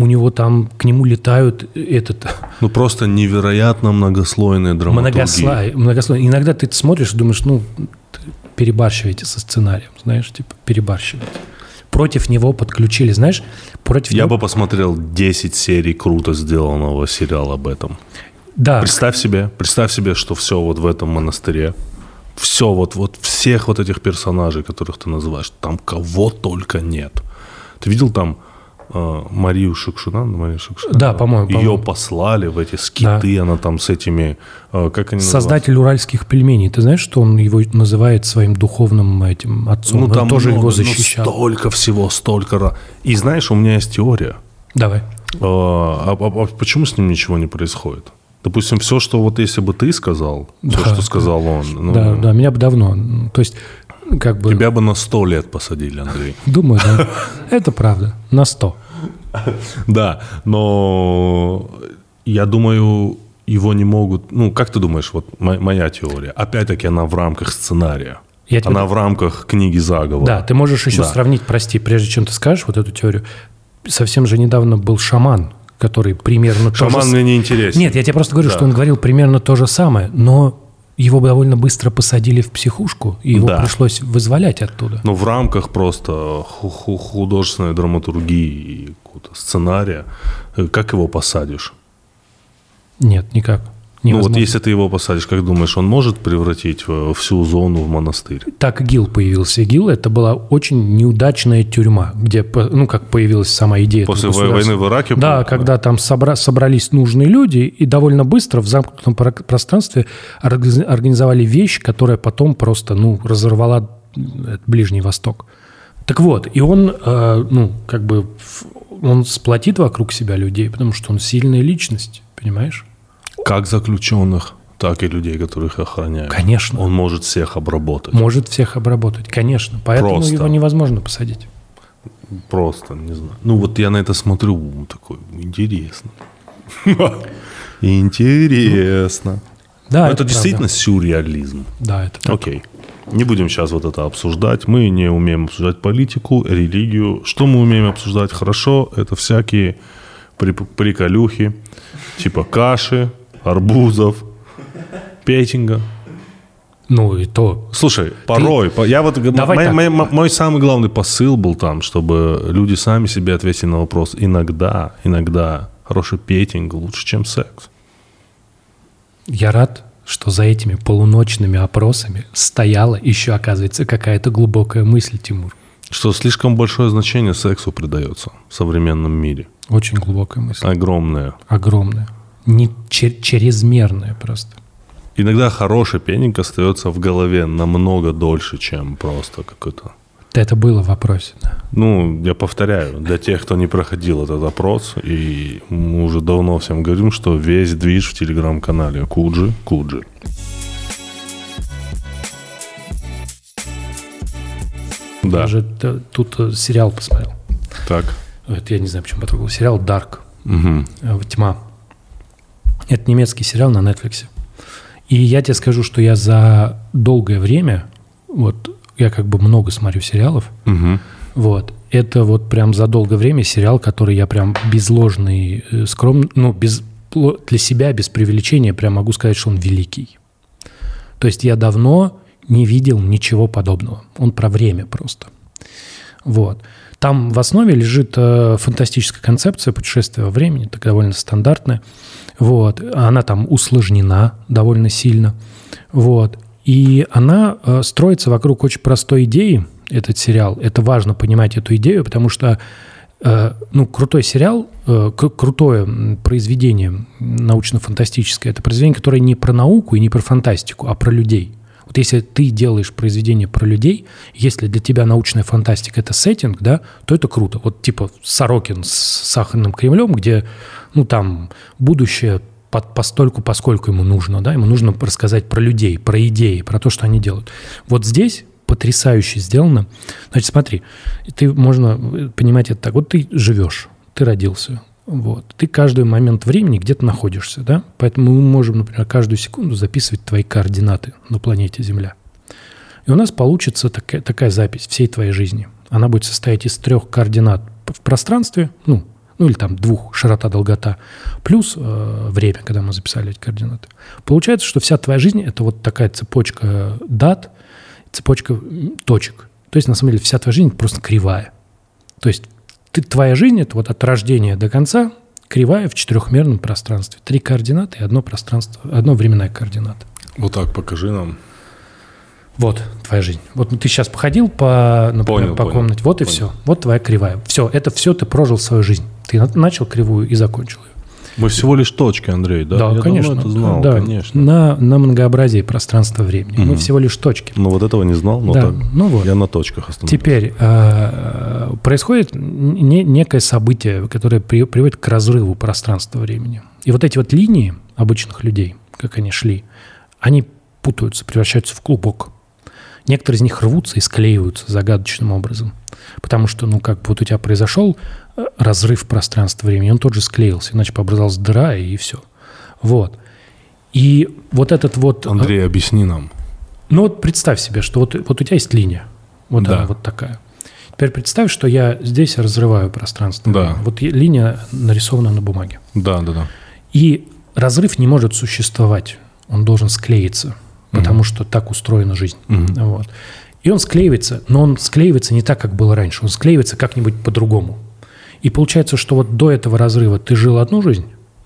к нему летают Ну, просто невероятно многослойная драматургия. Многослойная. Иногда ты смотришь и думаешь, ну, перебарщиваете со сценарием, знаешь, типа перебарщиваете. Против него подключили, знаешь, Я бы посмотрел 10 серий круто сделанного сериала об этом. Да. Представь себе, что все вот в этом монастыре, все вот всех вот этих персонажей, которых ты называешь, там кого только нет. Ты видел там Марию Шукшина? Да, по-моему. Ее послали в эти скиты, да. Она там с этими... Как они Создатель уральских пельменей. Ты знаешь, что он его называет своим духовным этим отцом? Ну, там он тоже много, его защищал. Столько всего, столько... И знаешь, у меня есть теория. Давай. Почему с ним ничего не происходит? Допустим, все, что вот если бы ты сказал, да, все, что сказал он... Ну, да, меня бы давно... То есть... Как бы... Тебя бы на 100 лет посадили, Андрей. Думаю, да. Это правда. На 100. Да, но я думаю, его не могут... Ну, как ты думаешь, вот моя теория, опять-таки она в рамках сценария. Она в рамках книги заговора. Да, ты можешь еще сравнить, прости, прежде чем ты скажешь вот эту теорию, совсем же недавно был шаман, который примерно... Шаман мне не интересен. Нет, я тебе просто говорю, что он говорил примерно то же самое, но... Его довольно быстро посадили в психушку, и его пришлось вызволять оттуда. Ну, в рамках просто художественной драматургии и сценария, как его посадишь? Нет, никак. Невозможно. Ну, вот если ты его посадишь, как думаешь, он может превратить всю зону в монастырь? Так ИГИЛ появился. ИГИЛ – это была очень неудачная тюрьма, где, ну, как появилась сама идея. После войны в Ираке? Да, когда там собрались нужные люди, и довольно быстро в замкнутом пространстве организовали вещь, которая потом просто, ну, разорвала Ближний Восток. Так вот, и он, ну, как бы, он сплотит вокруг себя людей, потому что он сильная личность, понимаешь? Как заключенных, так и людей, которых охраняют. Конечно. Он может всех обработать. Может всех обработать, конечно. Поэтому просто. Его невозможно посадить. Просто, не знаю. Ну, вот я на это смотрю, такой, интересно. Интересно. Да, это действительно сюрреализм. Да, это так. Окей. Не будем сейчас вот это обсуждать. Мы не умеем обсуждать политику, религию. Что мы умеем обсуждать хорошо, это всякие приколюхи, типа каши, арбузов, петинга. Ну и то. Слушай, порой... Мой самый главный посыл был там, чтобы люди сами себе ответили на вопрос. Иногда хороший петинг лучше, чем секс. Я рад, что за этими полуночными опросами стояла еще, оказывается, какая-то глубокая мысль, Тимур. Что слишком большое значение сексу придается в современном мире. Очень глубокая мысль. Огромная. Огромная. Не чрезмерная просто. Иногда хороший пенинг остается в голове намного дольше, чем просто какой-то... Это было в опросе, да. Ну, я повторяю, для тех, кто не проходил этот опрос, и мы уже давно всем говорим, что весь движ в телеграм-канале Куджи. Да. Я же тут сериал посмотрел. Так. Это я не знаю, почему потрогал. Сериал «Дарк». «Тьма». Это немецкий сериал на Netflix. И я тебе скажу, что я за долгое время, вот я как бы много смотрю сериалов, вот, это вот прям за долгое время сериал, который я прям без ложной скромности, для себя, без преувеличения, прям могу сказать, что он великий. То есть я давно не видел ничего подобного. Он про время просто. Вот. Там в основе лежит фантастическая концепция путешествия во времени, так довольно стандартная. Вот. Она там усложнена довольно сильно. Вот. И она строится вокруг очень простой идеи, этот сериал. Это важно понимать эту идею, потому что крутой сериал, крутое произведение научно-фантастическое, это произведение, которое не про науку и не про фантастику, а про людей. Вот если ты делаешь произведение про людей, если для тебя научная фантастика – это сеттинг, да, то это круто. Вот типа Сорокин с «Сахарным Кремлем», где, там будущее постольку, поскольку ему нужно, да, ему нужно рассказать про людей, про идеи, про то, что они делают. Вот здесь потрясающе сделано. Значит, смотри, можно понимать это так. Вот ты живешь, ты родился, вот, ты каждый момент времени где-то находишься, да, поэтому мы можем, например, каждую секунду записывать твои координаты на планете Земля. И у нас получится такая запись всей твоей жизни. Она будет состоять из 3 координат в пространстве, или там 2, широта, долгота, плюс время, когда мы записали эти координаты. Получается, что вся твоя жизнь – это вот такая цепочка дат, цепочка точек. То есть, на самом деле, вся твоя жизнь просто кривая. То есть, твоя жизнь – это вот от рождения до конца кривая в 4-мерном пространстве. 3 координаты и одно временная координата. Вот так покажи нам. Вот твоя жизнь. Вот ты сейчас походил по комнате. Вот и все. Вот твоя кривая. Все, это все ты прожил свою жизнь. Ты начал кривую и закончил ее. Мы всего лишь точки, Андрей, да? Да, я конечно. Это знал, да, конечно. На многообразии пространства-времени. Мы всего лишь точки. Ну, вот этого не знал, но да, так вот. Я на точках остановился. Теперь происходит некое событие, которое приводит к разрыву пространства-времени. И вот эти вот линии обычных людей, как они шли, они путаются, превращаются в клубок. Некоторые из них рвутся и склеиваются загадочным образом. Потому что, вот у тебя произошел разрыв пространства-времени, он тот же склеился, иначе образовалась дыра, и все. Вот. И вот этот вот... Андрей, объясни нам. Представь себе, что вот у тебя есть линия. Вот да. Она вот такая. Теперь представь, что я здесь разрываю пространство. Да. Вот линия нарисована на бумаге. Да. И разрыв не может существовать. Он должен склеиться. Потому что так устроена жизнь. Вот. И он склеивается, но он склеивается не так, как было раньше. Он склеивается как-нибудь по-другому. И получается, что вот до этого разрыва ты жил одну жизнь,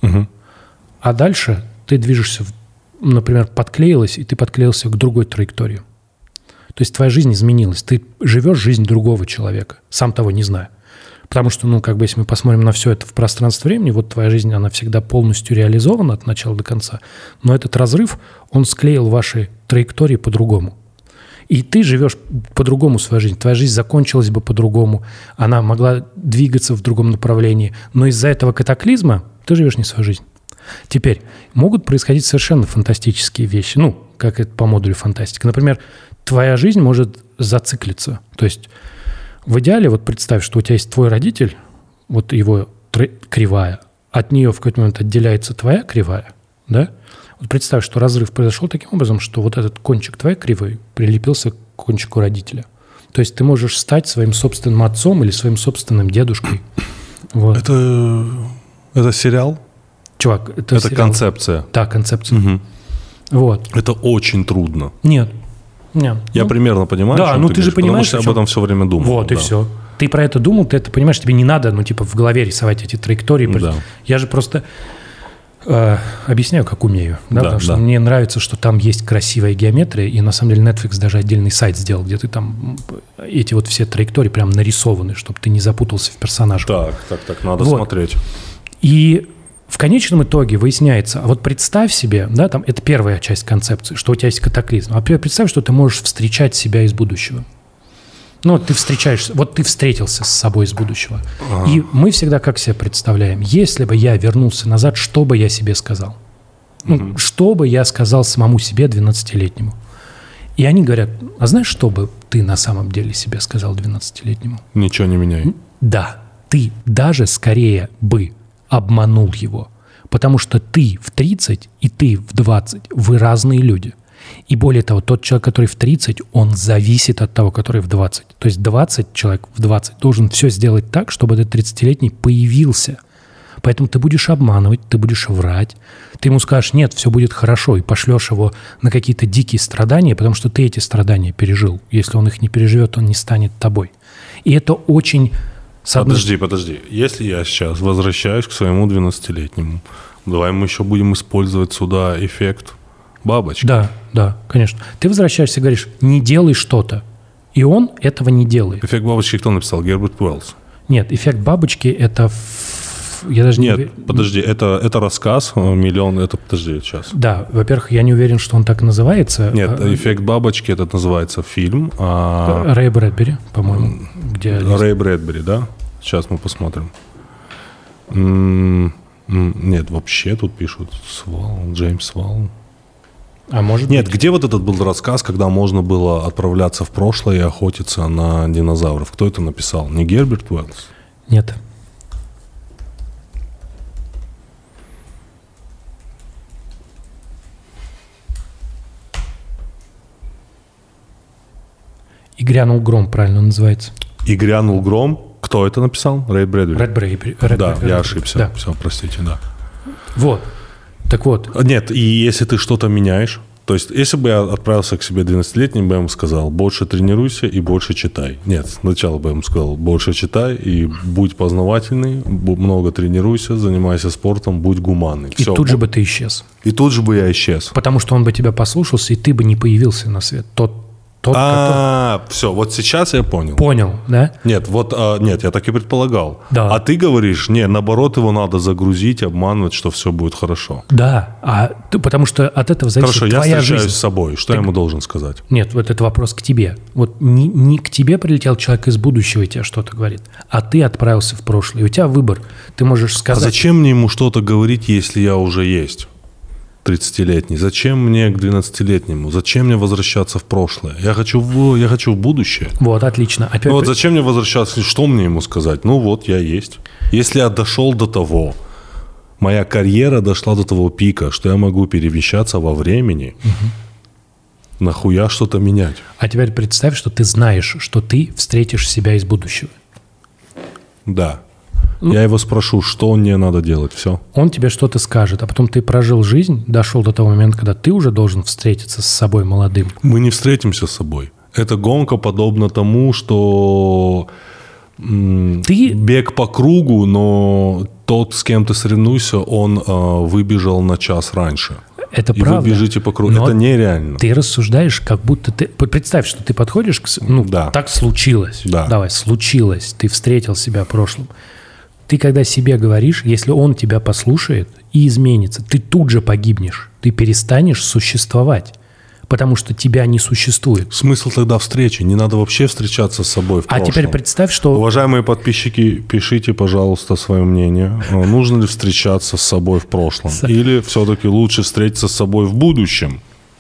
а дальше ты движешься, например, подклеилась, и ты подклеился к другой траектории. То есть твоя жизнь изменилась. Ты живешь жизнь другого человека, сам того не зная. Потому что, если мы посмотрим на все это в пространстве времени, вот твоя жизнь, она всегда полностью реализована от начала до конца. Но этот разрыв, он склеил ваши траектории по-другому. И ты живешь по-другому свою жизнь. Твоя жизнь закончилась бы по-другому. Она могла двигаться в другом направлении. Но из-за этого катаклизма ты живешь не свою жизнь. Теперь, могут происходить совершенно фантастические вещи. Как это по модулю фантастика. Например, твоя жизнь может зациклиться. То есть... В идеале, вот представь, что у тебя есть твой родитель, вот его кривая, от нее в какой-то момент отделяется твоя кривая, да? Вот представь, что разрыв произошел таким образом, что вот этот кончик твоей кривой прилепился к кончику родителя. То есть ты можешь стать своим собственным отцом или своим собственным дедушкой. Вот. Это сериал? Чувак, это сериал. Концепция? Да, концепция. Угу. Вот. Это очень трудно. Нет. Я примерно понимаю, да, что ты же понимаешь, потому что я об этом все время думал. Вот, и все. Ты про это думал, ты это понимаешь, тебе не надо, в голове рисовать эти траектории. Да. Я же просто объясняю, как умею. Да? Потому что мне нравится, что там есть красивая геометрия, и на самом деле Netflix даже отдельный сайт сделал, где ты там эти вот все траектории прям нарисованы, чтобы ты не запутался в персонажах. Так, надо смотреть. И в конечном итоге выясняется, а вот представь себе, да, там это первая часть концепции, что у тебя есть катаклизм. А представь, что ты можешь встречать себя из будущего. Ты встретился с собой из будущего. И мы всегда как себе представляем, если бы я вернулся назад, что бы я себе сказал? Что бы я сказал самому себе 12-летнему? И они говорят, а знаешь, что бы ты на самом деле себе сказал 12-летнему? Ничего не меняй. Да, ты даже скорее бы обманул его. Потому что ты в 30 и ты в 20, вы разные люди. И более того, тот человек, который в 30, он зависит от того, который в 20. То есть 20 человек в 20 должен все сделать так, чтобы этот 30-летний появился. Поэтому ты будешь обманывать, ты будешь врать. Ты ему скажешь, нет, все будет хорошо, и пошлешь его на какие-то дикие страдания, потому что ты эти страдания пережил. Если он их не переживет, он не станет тобой. И это очень... Подожди. Если я сейчас возвращаюсь к своему 12-летнему, давай мы еще будем использовать сюда эффект бабочки. Да, конечно. Ты возвращаешься и говоришь, не делай что-то. И он этого не делает. Эффект бабочки кто написал? Герберт Уэллс? Нет, эффект бабочки – это... Я даже подожди, это рассказ «Миллион», это, подожди, сейчас. Да, во-первых, я не уверен, что он так называется. Нет, «Эффект бабочки» это называется фильм. Рэй Брэдбери, по-моему. Рэй Брэдбери, да? Сейчас мы посмотрим. Нет, вообще тут пишут Джеймс Свалл. А может Нет, быть? где вот этот был рассказ, когда можно было отправляться в прошлое и охотиться на динозавров? Кто это написал? Не Герберт Уэллс? Нет. «И грянул гром», правильно называется. «И грянул гром». Кто это написал? Рэй Брэдбери. Да, я ошибся. Да. Все, простите, да. Вот. Так вот. Нет, и если ты что-то меняешь, то есть если бы я отправился к себе 12-летним, бы я ему сказал, больше тренируйся и больше читай. Нет, сначала бы я ему сказал, больше читай и будь познавательный, много тренируйся, занимайся спортом, будь гуманный. И тут же бы ты исчез. И тут же бы я исчез. Потому что он бы тебя послушался, и ты бы не появился на свет. Все, вот сейчас я понял. Понял, да? Нет, нет, я так и предполагал. Да. А ты говоришь, наоборот, его надо загрузить, обманывать, что все будет хорошо. Да, потому что от этого зависит твоя жизнь. Хорошо, я встречаюсь с собой. Что я ему должен сказать? Нет, вот это вопрос к тебе. Вот не к тебе прилетел человек из будущего и тебе что-то говорит, а ты отправился в прошлое. И у тебя выбор. Ты можешь сказать... А зачем мне ему что-то говорить, если я уже есть? 30-летний. Зачем мне к 12-летнему? Зачем мне возвращаться в прошлое? Я хочу в будущее. Вот, отлично. Опять... Вот зачем мне возвращаться? Что мне ему сказать? Ну вот, я есть. Если я дошел до того, моя карьера дошла до того пика, что я могу перемещаться во времени, нахуя что-то менять? А теперь представь, что ты знаешь, что ты встретишь себя из будущего. Да. Я его спрошу, что мне надо делать, все. Он тебе что-то скажет, а потом ты прожил жизнь, дошел до того момента, когда ты уже должен встретиться с собой молодым. Мы не встретимся с собой. Эта гонка подобна тому, что бег по кругу, но тот, с кем ты соревнуешься, он выбежал на час раньше. Это и правда. Вы бежите по кругу. Это нереально. Ты рассуждаешь, как будто ты... Представь, что ты подходишь к... да. Так случилось. Да. Давай, случилось. Ты встретил себя в прошлом. Ты когда себе говоришь, если он тебя послушает и изменится, ты тут же погибнешь. Ты перестанешь существовать, потому что тебя не существует. Смысл тогда встречи? Не надо вообще встречаться с собой в прошлом. А теперь представь, что... Уважаемые подписчики, пишите, пожалуйста, свое мнение. Нужно ли встречаться с собой в прошлом? Или все-таки лучше встретиться с собой в будущем?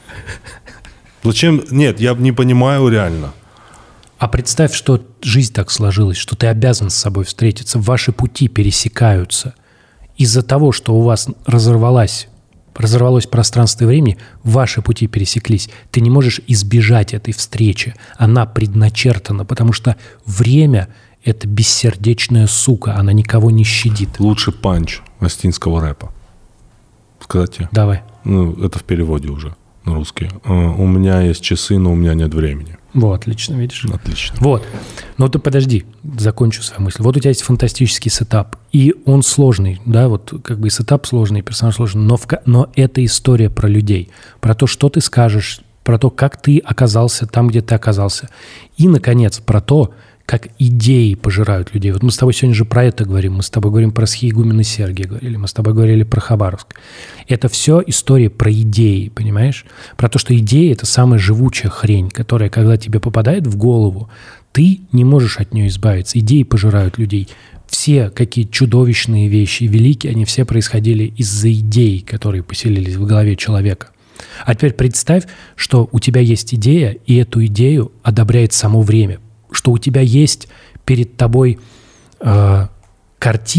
Зачем? Нет, я не понимаю реально. А представь, что жизнь так сложилась, что ты обязан с собой встретиться, ваши пути пересекаются. Из-за того, что у вас разорвалось пространство и время, ваши пути пересеклись. Ты не можешь избежать этой встречи. Она предначертана, потому что время – это бессердечная сука, она никого не щадит. Лучший панч астинского рэпа. Сказать тебе? Давай. Это в переводе уже на русский. У меня есть часы, но у меня нет времени. Вот, отлично, видишь? Отлично. Вот. Но ты подожди, закончу свою мысль. Вот у тебя есть фантастический сетап, и он сложный, да, вот как бы и сетап сложный, и персонаж сложный, но это история про людей, про то, что ты скажешь, про то, как ты оказался там, где ты оказался. И, наконец, про то, как идеи пожирают людей. Вот мы с тобой сегодня же про это говорим. Мы с тобой говорим про схиегумена Сергия говорили, мы с тобой говорили про Хабаровск. Это все история про идеи, понимаешь? Про то, что идея – это самая живучая хрень, которая, когда тебе попадает в голову, ты не можешь от нее избавиться. Идеи пожирают людей. Все какие чудовищные вещи, великие, они все происходили из-за идей, которые поселились в голове человека. А теперь представь, что у тебя есть идея, и эту идею одобряет само время. Что у тебя есть перед тобой картина,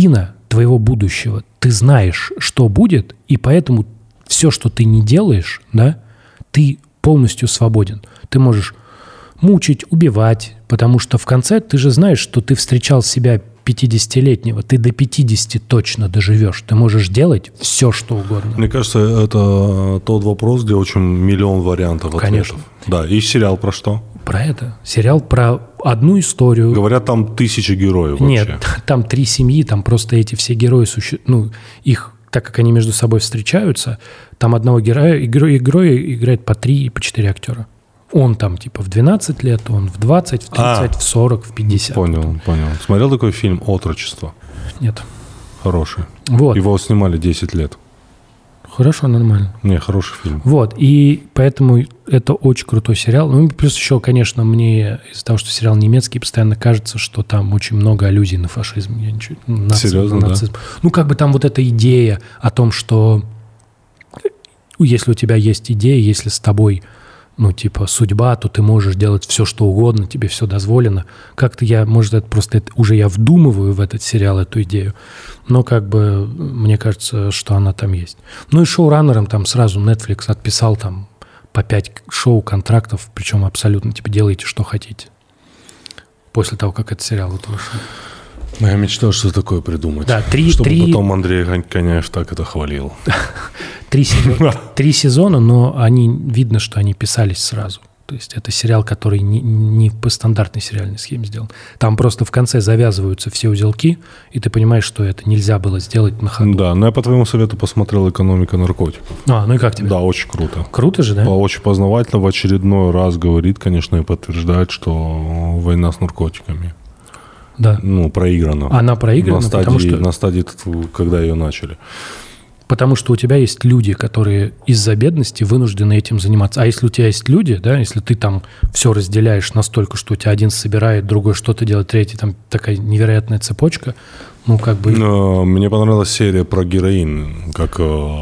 твоего будущего. Ты знаешь, что будет, и поэтому все, что ты не делаешь, да, ты полностью свободен. Ты можешь мучить, убивать, потому что в конце ты же знаешь, что ты встречал себя 50-летнего, ты до 50 точно доживешь. Ты можешь делать все, что угодно. Мне кажется, это тот вопрос, где очень миллион вариантов ответов. Конечно. Да, и сериал про что? Про это. Сериал про одну историю. Говорят, там 1000 героев вообще. Нет, там 3 семьи, там просто эти все герои, их, так как они между собой встречаются, там одного героя играет по 3 и по 4 актера. Он там типа в 12 лет, он в 20, в 30, в 40, в 50. Понял. Смотрел такой фильм «Отрочество»? Нет. Хороший. Вот. Его снимали 10 лет. Хорошо, нормально. Не, хороший фильм. Вот, и поэтому это очень крутой сериал. Ну, плюс еще, конечно, мне из-за того, что сериал немецкий, постоянно кажется, что там очень много аллюзий на фашизм. Серьезно, нацизм. Да? Ну, как бы там вот эта идея о том, что если у тебя есть идея, если с тобой, ну, типа, судьба, то ты можешь делать все, что угодно, тебе все дозволено. Как-то уже я вдумываю в этот сериал эту идею, но как бы мне кажется, что она там есть. Ну и шоураннерам там сразу Netflix отписал там по 5 шоу-контрактов, причем абсолютно, типа, делайте, что хотите. После того, как этот сериал вот вышел. Я мечтал, что такое придумать. Да, чтобы потом Андрей Коняев так это хвалил. 3 сезона, но видно, что они писались сразу. То есть это сериал, который не по стандартной сериальной схеме сделан. Там просто в конце завязываются все узелки, и ты понимаешь, что это нельзя было сделать на ходу. Да, но я по твоему совету посмотрел «Экономика наркотиков». Ну и как тебе? Да, очень круто. Круто же, да? Очень познавательно. В очередной раз говорит, конечно, и подтверждает, что война с наркотиками. Да. Проиграна. Она проиграна, на стадии, когда ее начали. Потому что у тебя есть люди, которые из-за бедности вынуждены этим заниматься. А если у тебя есть люди, да, если ты там все разделяешь настолько, что у тебя один собирает, другой что-то делает, третий, там такая невероятная цепочка, как бы... Мне понравилась серия про героин, как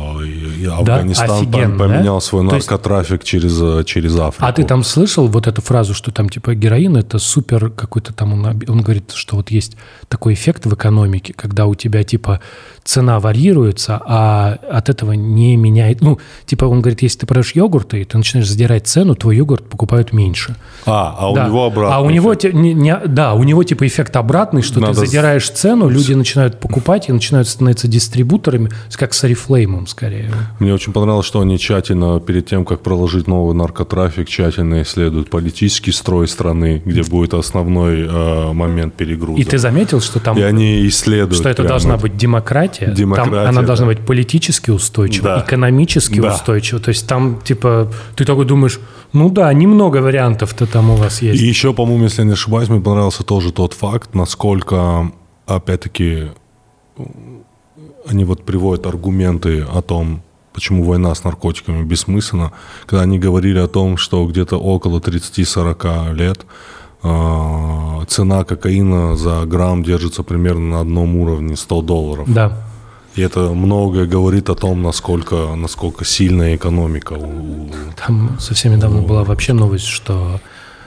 Афганистан поменял свой наркотрафик через Африку. А ты там слышал вот эту фразу, что там типа героин – это супер какой-то там... Он говорит, что вот есть такой эффект в экономике, когда у тебя типа цена варьируется, а от этого не меняет... он говорит, если ты продаешь йогурты, и ты начинаешь задирать цену, твой йогурт покупают меньше. У него обратный. У него типа эффект обратный, что ты задираешь цену, люди начинают покупать и начинают становиться дистрибуторами, как с Oriflame скорее. Мне очень понравилось, что они тщательно, перед тем, как проложить новый наркотрафик, тщательно исследуют политический строй страны, где будет основной момент перегруза. И ты заметил, что там... И они исследуют. Что это должна быть демократия. Там она должна быть политически устойчива, экономически устойчива. То есть там, типа, ты такой думаешь, немного вариантов-то там у вас есть. И еще, по-моему, если я не ошибаюсь, мне понравился тоже тот факт, насколько, опять-таки, они приводят аргументы о том, почему война с наркотиками бессмысленна, когда они говорили о том, что где-то около 30-40 лет цена кокаина за грамм держится примерно на одном уровне $100. Да. И это многое говорит о том, насколько сильная экономика. Там совсем недавно была вообще новость, что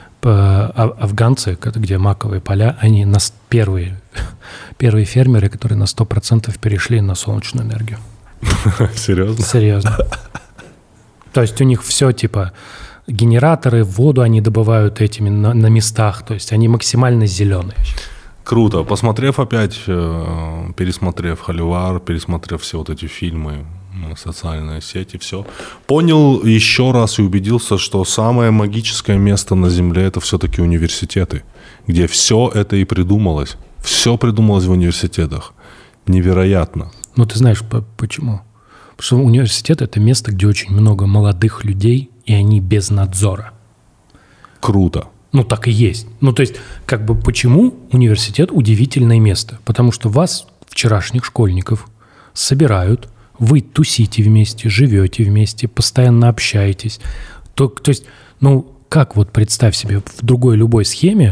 афганцы, где маковые поля, они первые фермеры, которые на 100% перешли на солнечную энергию. Серьезно? Серьезно. То есть у них все типа генераторы, воду они добывают этими на местах, то есть они максимально зеленые. Круто. Пересмотрев «Холивар», пересмотрев все вот эти фильмы, социальные сети, все, понял еще раз и убедился, что самое магическое место на Земле – это все-таки университеты, где все это и придумалось. Все придумалось в университетах. Невероятно. Ты знаешь, почему? Потому что университет – это место, где очень много молодых людей, и они без надзора. Круто. Так и есть. То есть, почему университет удивительное место? Потому что вас, вчерашних школьников, собирают, вы тусите вместе, живете вместе, постоянно общаетесь. То есть, как представь себе, в другой любой схеме,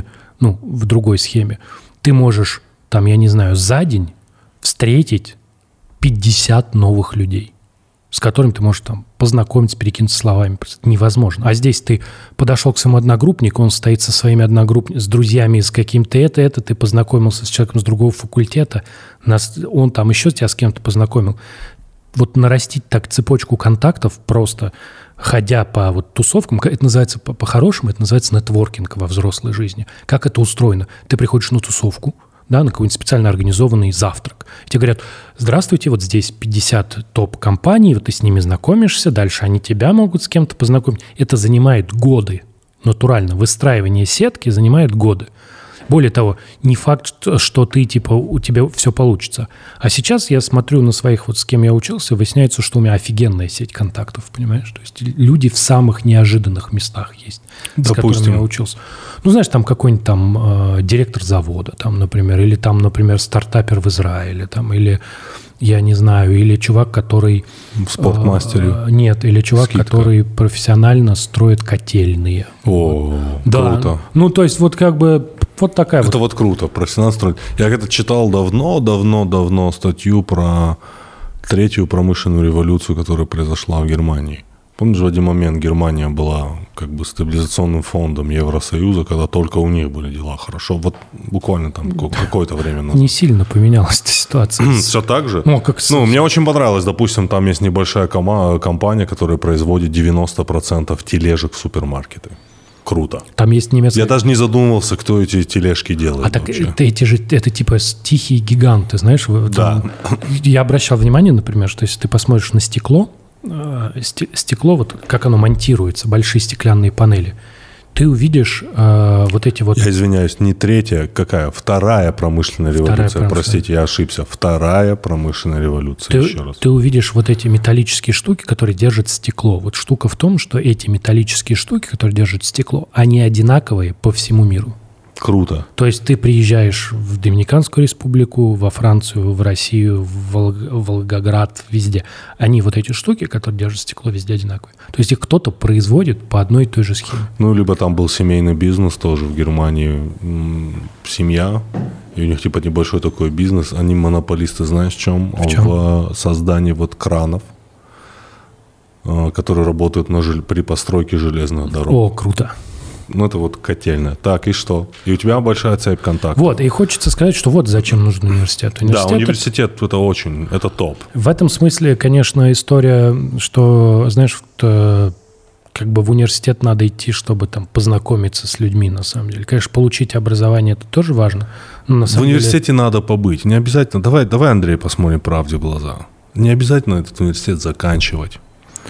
ты можешь, за день встретить 50 новых людей. с которым ты можешь там познакомиться, перекинуться словами. Это невозможно. А здесь ты подошел к своему одногруппнику, он стоит со своими одногруппниками, с друзьями, с каким-то ты познакомился с человеком с другого факультета, он там еще тебя с кем-то познакомил. Вот нарастить так цепочку контактов просто, ходя по вот тусовкам, это называется по-хорошему, это называется нетворкинг во взрослой жизни. Как это устроено? Ты приходишь на тусовку, да, на какой-нибудь специально организованный завтрак. И тебе говорят: здравствуйте, вот здесь 50 топ-компаний, вот ты с ними знакомишься, дальше они тебя могут с кем-то познакомить. Это занимает годы, натурально. Выстраивание сетки занимает годы. Более того, не факт, что ты, типа, у тебя все получится. А сейчас я смотрю на своих, вот с кем я учился, выясняется, что у меня офигенная сеть контактов, понимаешь? То есть люди в самых неожиданных местах есть, с которыми я учился. Ну, знаешь, там какой-нибудь там директор завода, там, например, или там, например, стартапер в Израиле, там, или, я не знаю, или чувак, который... В спортмастере? Нет, или чувак, который профессионально строит котельные. О, да. Круто. Ну, то есть вот как бы... Вот такая это вот круто, профессионально строить. Я когда читал давно статью про третью промышленную революцию, которая произошла в Германии. Помнишь, в один момент Германия была как бы стабилизационным фондом Евросоюза, когда только у них были дела хорошо. Вот буквально там какое-то время назад. Не сильно поменялась эта ситуация. Все так же? Ну, мне очень понравилось. Допустим, там есть небольшая компания, которая производит 90% тележек в супермаркеты. Круто. Там есть немецкая... Я даже не задумывался, кто эти тележки делает. А так это типа тихие гиганты, знаешь? Да. Я обращал внимание, например, что если ты посмотришь на стекло, вот как оно монтируется, большие стеклянные панели, ты увидишь вот эти вот... Я извиняюсь, не третья, какая? Вторая промышленная революция. Простите, я ошибся. Вторая промышленная революция, еще раз. Ты увидишь вот эти металлические штуки, которые держат стекло. Вот штука в том, что эти металлические штуки, которые держат стекло, они одинаковые по всему миру. Круто. То есть ты приезжаешь в Доминиканскую республику, во Францию, в Россию, в Волгоград, везде. Они вот эти штуки, которые держат стекло, везде одинаковые. То есть их кто-то производит по одной и той же схеме. Ну, либо там был семейный бизнес тоже в Германии. Семья, и у них типа небольшой такой бизнес. Они монополисты, знаешь, в чем? В создании вот кранов, которые работают при постройке железных дорог. О, круто. Ну, это вот котельная. Так, и что? И у тебя большая цепь контактов. Вот, и хочется сказать, что вот зачем нужен университет. Да, университет это топ. В этом смысле, конечно, история, что, знаешь, как бы в университет надо идти, чтобы там познакомиться с людьми, на самом деле. Конечно, получить образование – это тоже важно. Но на самом в университете надо побыть. Не обязательно. Давай, Андрей, посмотрим правде в глаза. Не обязательно этот университет заканчивать.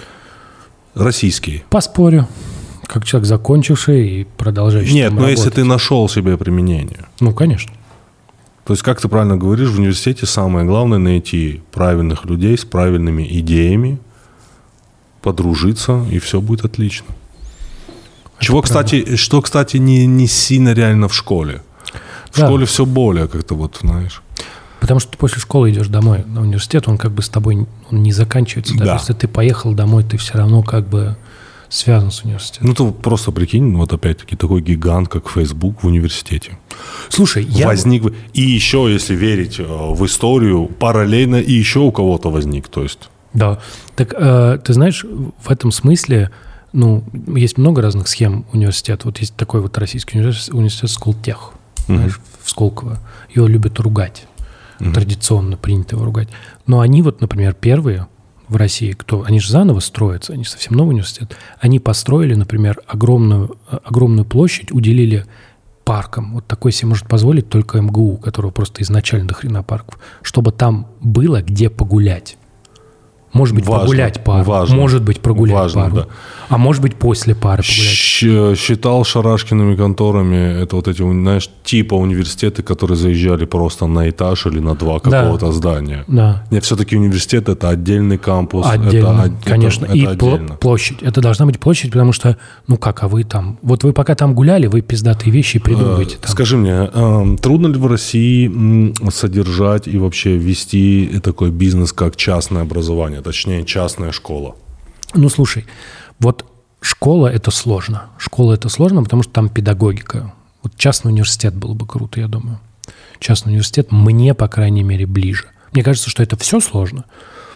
Российский. Поспорю. Как человек, закончивший и продолжающий. Нет, но работать. Если ты нашел себе применение. Ну, конечно. То есть, как ты правильно говоришь, в университете самое главное найти правильных людей с правильными идеями, подружиться, и все будет отлично. Что, кстати, не сильно реально в школе. В школе все более как-то вот, знаешь. Потому что ты после школы идешь домой на университет, он как бы с тобой он не заканчивается. Даже если ты поехал домой, ты все равно как бы связан с университетом. Ну, ты просто прикинь, вот опять-таки такой гигант, как Facebook в университете. Слушай, возник. И еще, если верить в историю, параллельно и еще у кого-то возник, то есть. Да. Так, ты знаешь, в этом смысле, ну, есть много разных схем университета. Вот есть такой вот российский университет Сколтех, знаешь, в Сколково. Его любят ругать. Традиционно принято его ругать. Но они вот, например, первые в России, они же заново строятся, они совсем новый университет, они построили, например, огромную площадь, уделили паркам. Вот такой себе может позволить только МГУ, у которого просто изначально до хрена парков, чтобы там было где погулять. Может быть, погулять пару. Может быть, прогулять пару. Да. А может быть, после пары погулять. Считал шарашкиными конторами, это вот эти, знаешь, типа университеты, которые заезжали просто на этаж или на два какого-то здания. Да. Нет, все-таки университет – это отдельный кампус. Отдельно, конечно. И площадь. Это должна быть площадь, потому что, а вы там… Вот вы пока там гуляли, вы пиздатые вещи придумываете. Скажи мне, трудно ли в России содержать и вообще вести такой бизнес, как частное образование? Точнее, частная школа. Ну, слушай, вот школа – это сложно. Школа – это сложно, потому что там педагогика. Вот частный университет было бы круто, я думаю. Частный университет мне, по крайней мере, ближе. Мне кажется, что это все сложно,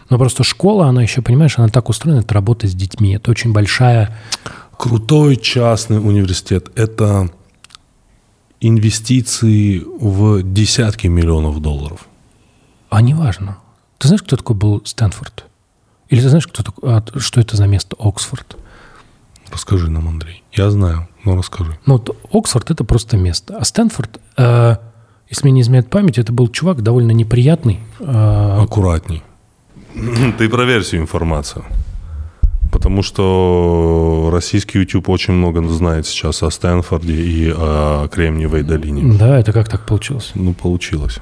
Но просто школа, она еще, понимаешь, она так устроена, это работа с детьми. Это очень большая... Крутой частный университет – это инвестиции в десятки миллионов долларов. А неважно. Ты знаешь, кто такой был Стэнфорд? Или ты знаешь, что это за место Оксфорд? Расскажи нам, Андрей. Я знаю, но расскажи. Ну, вот Оксфорд – это просто место. А Стэнфорд, если мне не изменяет память, это был чувак довольно неприятный. Аккуратней. Ты проверь всю информацию. Потому что российский YouTube очень много знает сейчас о Стэнфорде и о Кремниевой долине. Да, это как так получилось? Ну, получилось.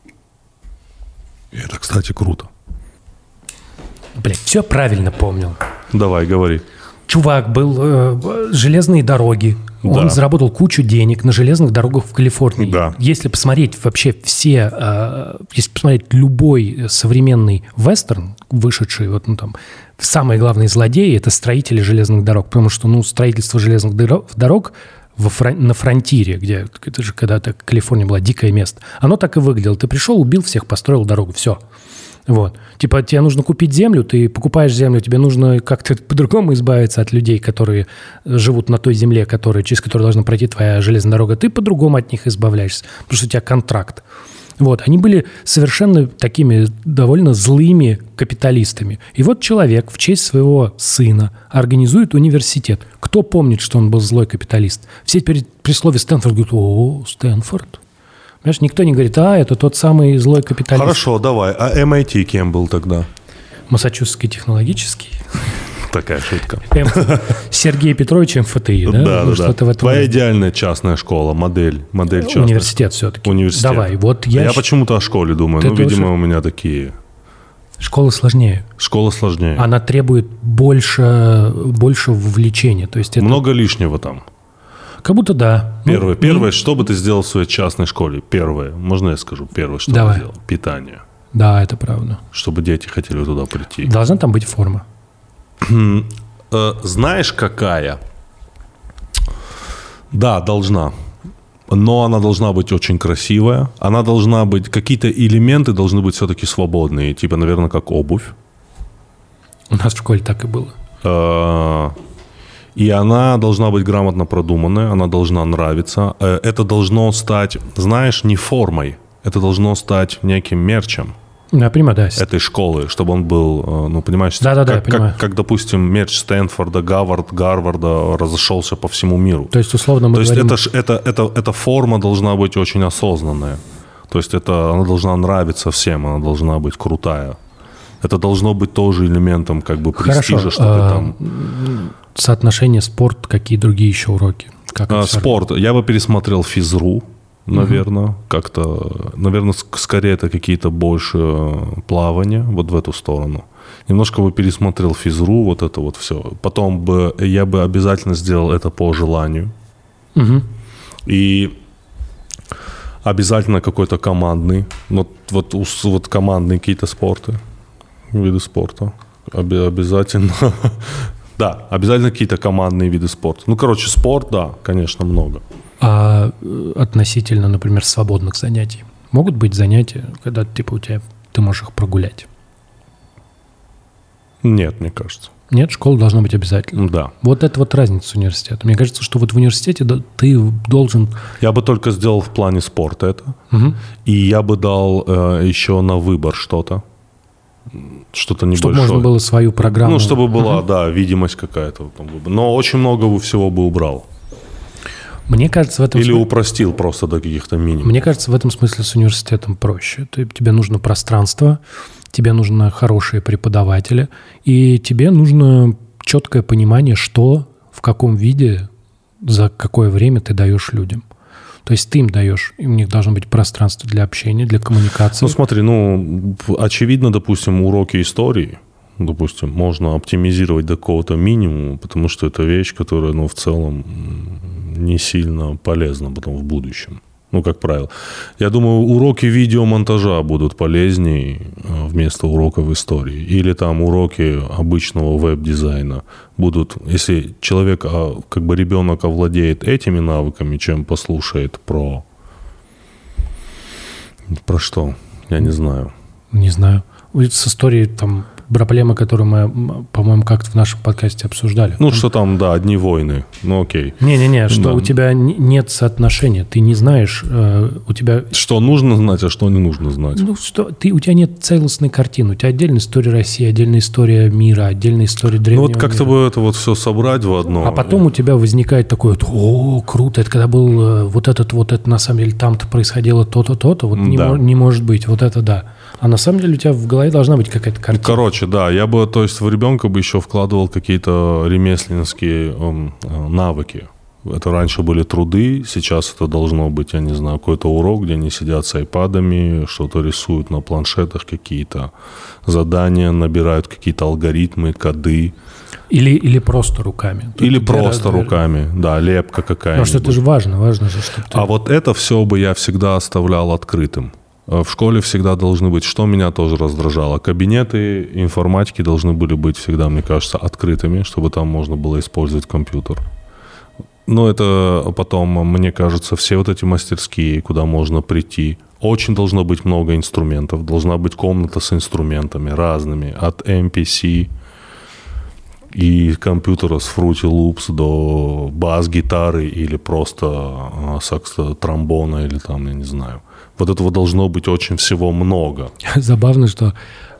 И это, кстати, круто. Блядь, все правильно помнил. Давай, говори. Чувак был железные дороги. Да. Он заработал кучу денег на железных дорогах в Калифорнии. Да. Если посмотреть вообще если посмотреть любой современный вестерн, вышедший, вот, ну, там, самые главные злодеи – это строители железных дорог. Потому что, ну, строительство железных дорог на фронтире, где это же когда-то Калифорния была дикое место, оно так и выглядело. Ты пришел, убил всех, построил дорогу, все. Вот. Типа тебе нужно купить землю, ты покупаешь землю, тебе нужно как-то по-другому избавиться от людей, которые живут на той земле, через которую должна пройти твоя железная дорога. Ты по-другому от них избавляешься, потому что у тебя контракт. Вот. Они были совершенно такими довольно злыми капиталистами. И вот человек в честь своего сына организует университет. Кто помнит, что он был злой капиталист? Все при слове Стэнфорд говорят: о, Стэнфорд. Понимаешь, никто не говорит: это тот самый злой капиталист. Хорошо, давай. А MIT кем был тогда? Массачусетский технологический. Такая шутка. Сергей Петрович МФТИ, да? Да. Твоя идеальная частная школа, модель частная. Университет все-таки. Университет. Давай, вот я почему-то о школе думаю. Ну, видимо, у меня такие... Школа сложнее. Школа сложнее. Она требует больше вовлечения. То есть это... Много лишнего там. Как будто да. Первое, что бы ты сделал в своей частной школе? Первое, можно я скажу? Первое, что бы сделал? Питание. Да, это правда. Чтобы дети хотели туда прийти. Должна там быть форма. Знаешь, какая? Да, должна. Но она должна быть очень красивая. Она должна быть... Какие-то элементы должны быть все-таки свободные. Типа, наверное, как обувь. У нас в школе так и было. И она должна быть грамотно продуманная. Она должна нравиться. Это должно стать, знаешь, не формой. Это должно стать неким мерчем. Я понимаю, да. Этой школы, чтобы он был, ну, понимаешь, как, допустим, мерч Стэнфорда, Гарварда разошелся по всему миру. То есть, условно, мы говорим... эта форма должна быть очень осознанная. То есть, она должна нравиться всем, она должна быть крутая. Это должно быть тоже элементом как бы престижа, чтобы там... Соотношение спорт, какие другие еще уроки? Спорт. Я бы пересмотрел физру. Наверное, наверное, скорее это какие-то больше плавания вот в эту сторону. Немножко бы пересмотрел физру, вот это вот все. Потом я бы обязательно сделал это по желанию. И обязательно какой-то командный, вот командные какие-то виды спорта. Обязательно. Да, обязательно какие-то командные виды спорта. Ну, короче, спорт, да, конечно, много. А относительно, например, свободных занятий? Могут быть занятия, когда типа ты можешь их прогулять? Нет, мне кажется. Нет, школа должна быть обязательно. Да. Вот это вот разница с университетом. Мне кажется, что вот в университете ты должен... Я бы только сделал в плане спорта это. И я бы дал еще на выбор что-то небольшое. Чтобы можно было свою программу... Ну, чтобы была, да, видимость какая-то. Но очень много всего бы убрал. Мне кажется, в этом Или упростил просто до каких-то минимумов. Мне кажется, в этом смысле с университетом проще. Тебе нужно пространство, тебе нужны хорошие преподаватели, и тебе нужно четкое понимание, что, в каком виде, за какое время ты даешь людям. То есть ты им даешь, и у них должно быть пространство для общения, для коммуникации. Ну смотри, очевидно, допустим, уроки истории, допустим, можно оптимизировать до какого-то минимума, потому что это вещь, которая, в целом не сильно полезна потом в будущем. Как правило. Я думаю, уроки видеомонтажа будут полезнее вместо уроков истории. Или там уроки обычного веб-дизайна будут, если человек, ребенок овладеет этими навыками, чем послушает про что? Я не знаю. Не знаю. с историей там проблемы, которую мы, по-моему, как-то в нашем подкасте обсуждали. Ну, что там, да, одни войны. Ну, окей. Не-не-не, что у тебя нет соотношения. Ты не знаешь, у тебя... Что нужно знать, а что не нужно знать. Ну, у тебя нет целостной картины. У тебя отдельная история России, отдельная история мира, отдельная история древнего мира. Ну, вот как-то бы это вот все собрать в одно. А потом у тебя возникает такое, о, круто, это когда был вот это на самом деле там-то происходило то-то, то-то, вот не может быть, вот это да. А на самом деле у тебя в голове должна быть какая-то картина. Короче, да, я бы, то есть в ребенка бы еще вкладывал какие-то ремесленнические навыки. Это раньше были труды, сейчас это должно быть, я не знаю, какой-то урок, где они сидят с айпадами, что-то рисуют на планшетах, какие-то задания, набирают какие-то алгоритмы, коды. Или просто руками. Или просто руками, да, лепка какая-нибудь. Потому что это же важно же, чтобы ты... А вот это все бы я всегда оставлял открытым. В школе всегда должны быть, что меня тоже раздражало, кабинеты информатики должны были быть всегда, мне кажется, открытыми, чтобы там можно было использовать компьютер. Но это потом, мне кажется, все вот эти мастерские, куда можно прийти, очень должно быть много инструментов, должна быть комната с инструментами разными, от MPC и компьютера с Fruity Loops до бас-гитары или просто сакс-тромбона или там, я не знаю. Вот этого должно быть очень всего много. Забавно, что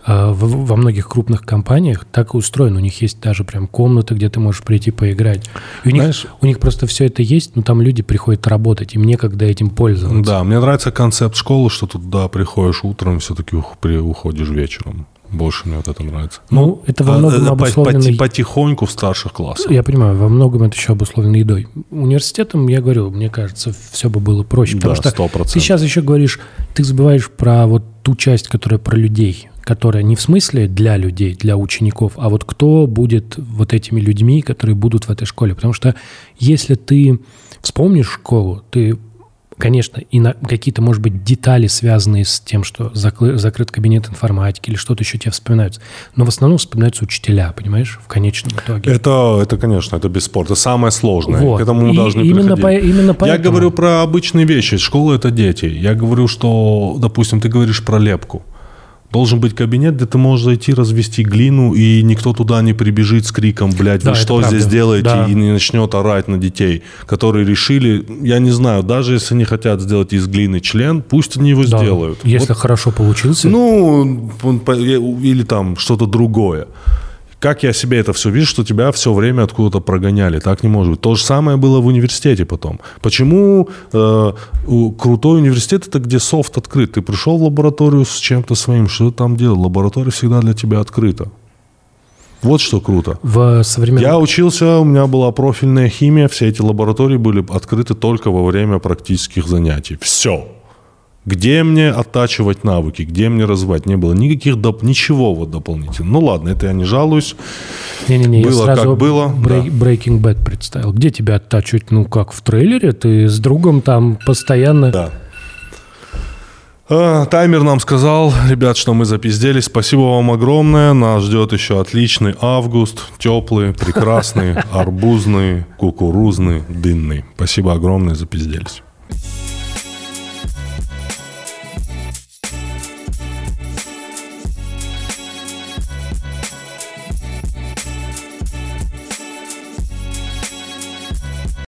во многих крупных компаниях так и устроено. У них есть даже прям комната, где ты можешь прийти поиграть. И у них просто все это есть, но там люди приходят работать, им некогда этим пользоваться. Да, мне нравится концепт школы, что туда приходишь утром, все-таки уходишь вечером. Больше мне вот это нравится. Ну, это во многом обусловлено... Потихоньку в старших классах. Я понимаю, во многом это еще обусловлено едой. Университетом, я говорю, мне кажется, все бы было проще. Потому что 100%. Ты сейчас еще говоришь, ты забываешь про вот ту часть, которая про людей, которая не в смысле для людей, для учеников, а вот кто будет вот этими людьми, которые будут в этой школе. Потому что если ты вспомнишь школу, ты... Конечно, и на какие-то, может быть, детали, связанные с тем, что закрыт кабинет информатики или что-то еще тебе вспоминаются. Но в основном вспоминаются учителя, понимаешь, в конечном итоге. Это конечно, это бесспорно. Это самое сложное. Вот. К этому мы должны приходить. Именно поэтому. Я говорю про обычные вещи. Школа – это дети. Я говорю, что, допустим, ты говоришь про лепку. Должен быть кабинет, где ты можешь зайти, развести глину, и никто туда не прибежит с криком, блядь, вы что здесь делаете, и не начнет орать на детей, которые решили, я не знаю, даже если они хотят сделать из глины член, пусть они его сделают. Если хорошо получился. Ну, или там что-то другое. Как я себе это все вижу, что тебя все время откуда-то прогоняли. Так не может быть. То же самое было в университете потом. Почему крутой университет – это где софт открыт? Ты пришел в лабораторию с чем-то своим, что ты там делал? Лаборатория всегда для тебя открыта. Вот что круто. Я учился, у меня была профильная химия, все эти лаборатории были открыты только во время практических занятий. Все. Где мне оттачивать навыки, где мне развивать? Не было никаких ничего дополнительного. Ну ладно, это я не жалуюсь. Не-не-не, было я сразу как было. Breaking Bad представил. Где тебя оттачивать? Ну как, в трейлере? Ты с другом там постоянно... Да. Таймер нам сказал, ребят, что мы запизделись. Спасибо вам огромное. Нас ждет еще отличный август. Теплый, прекрасный, арбузный, кукурузный, дынный. Спасибо огромное, запизделись.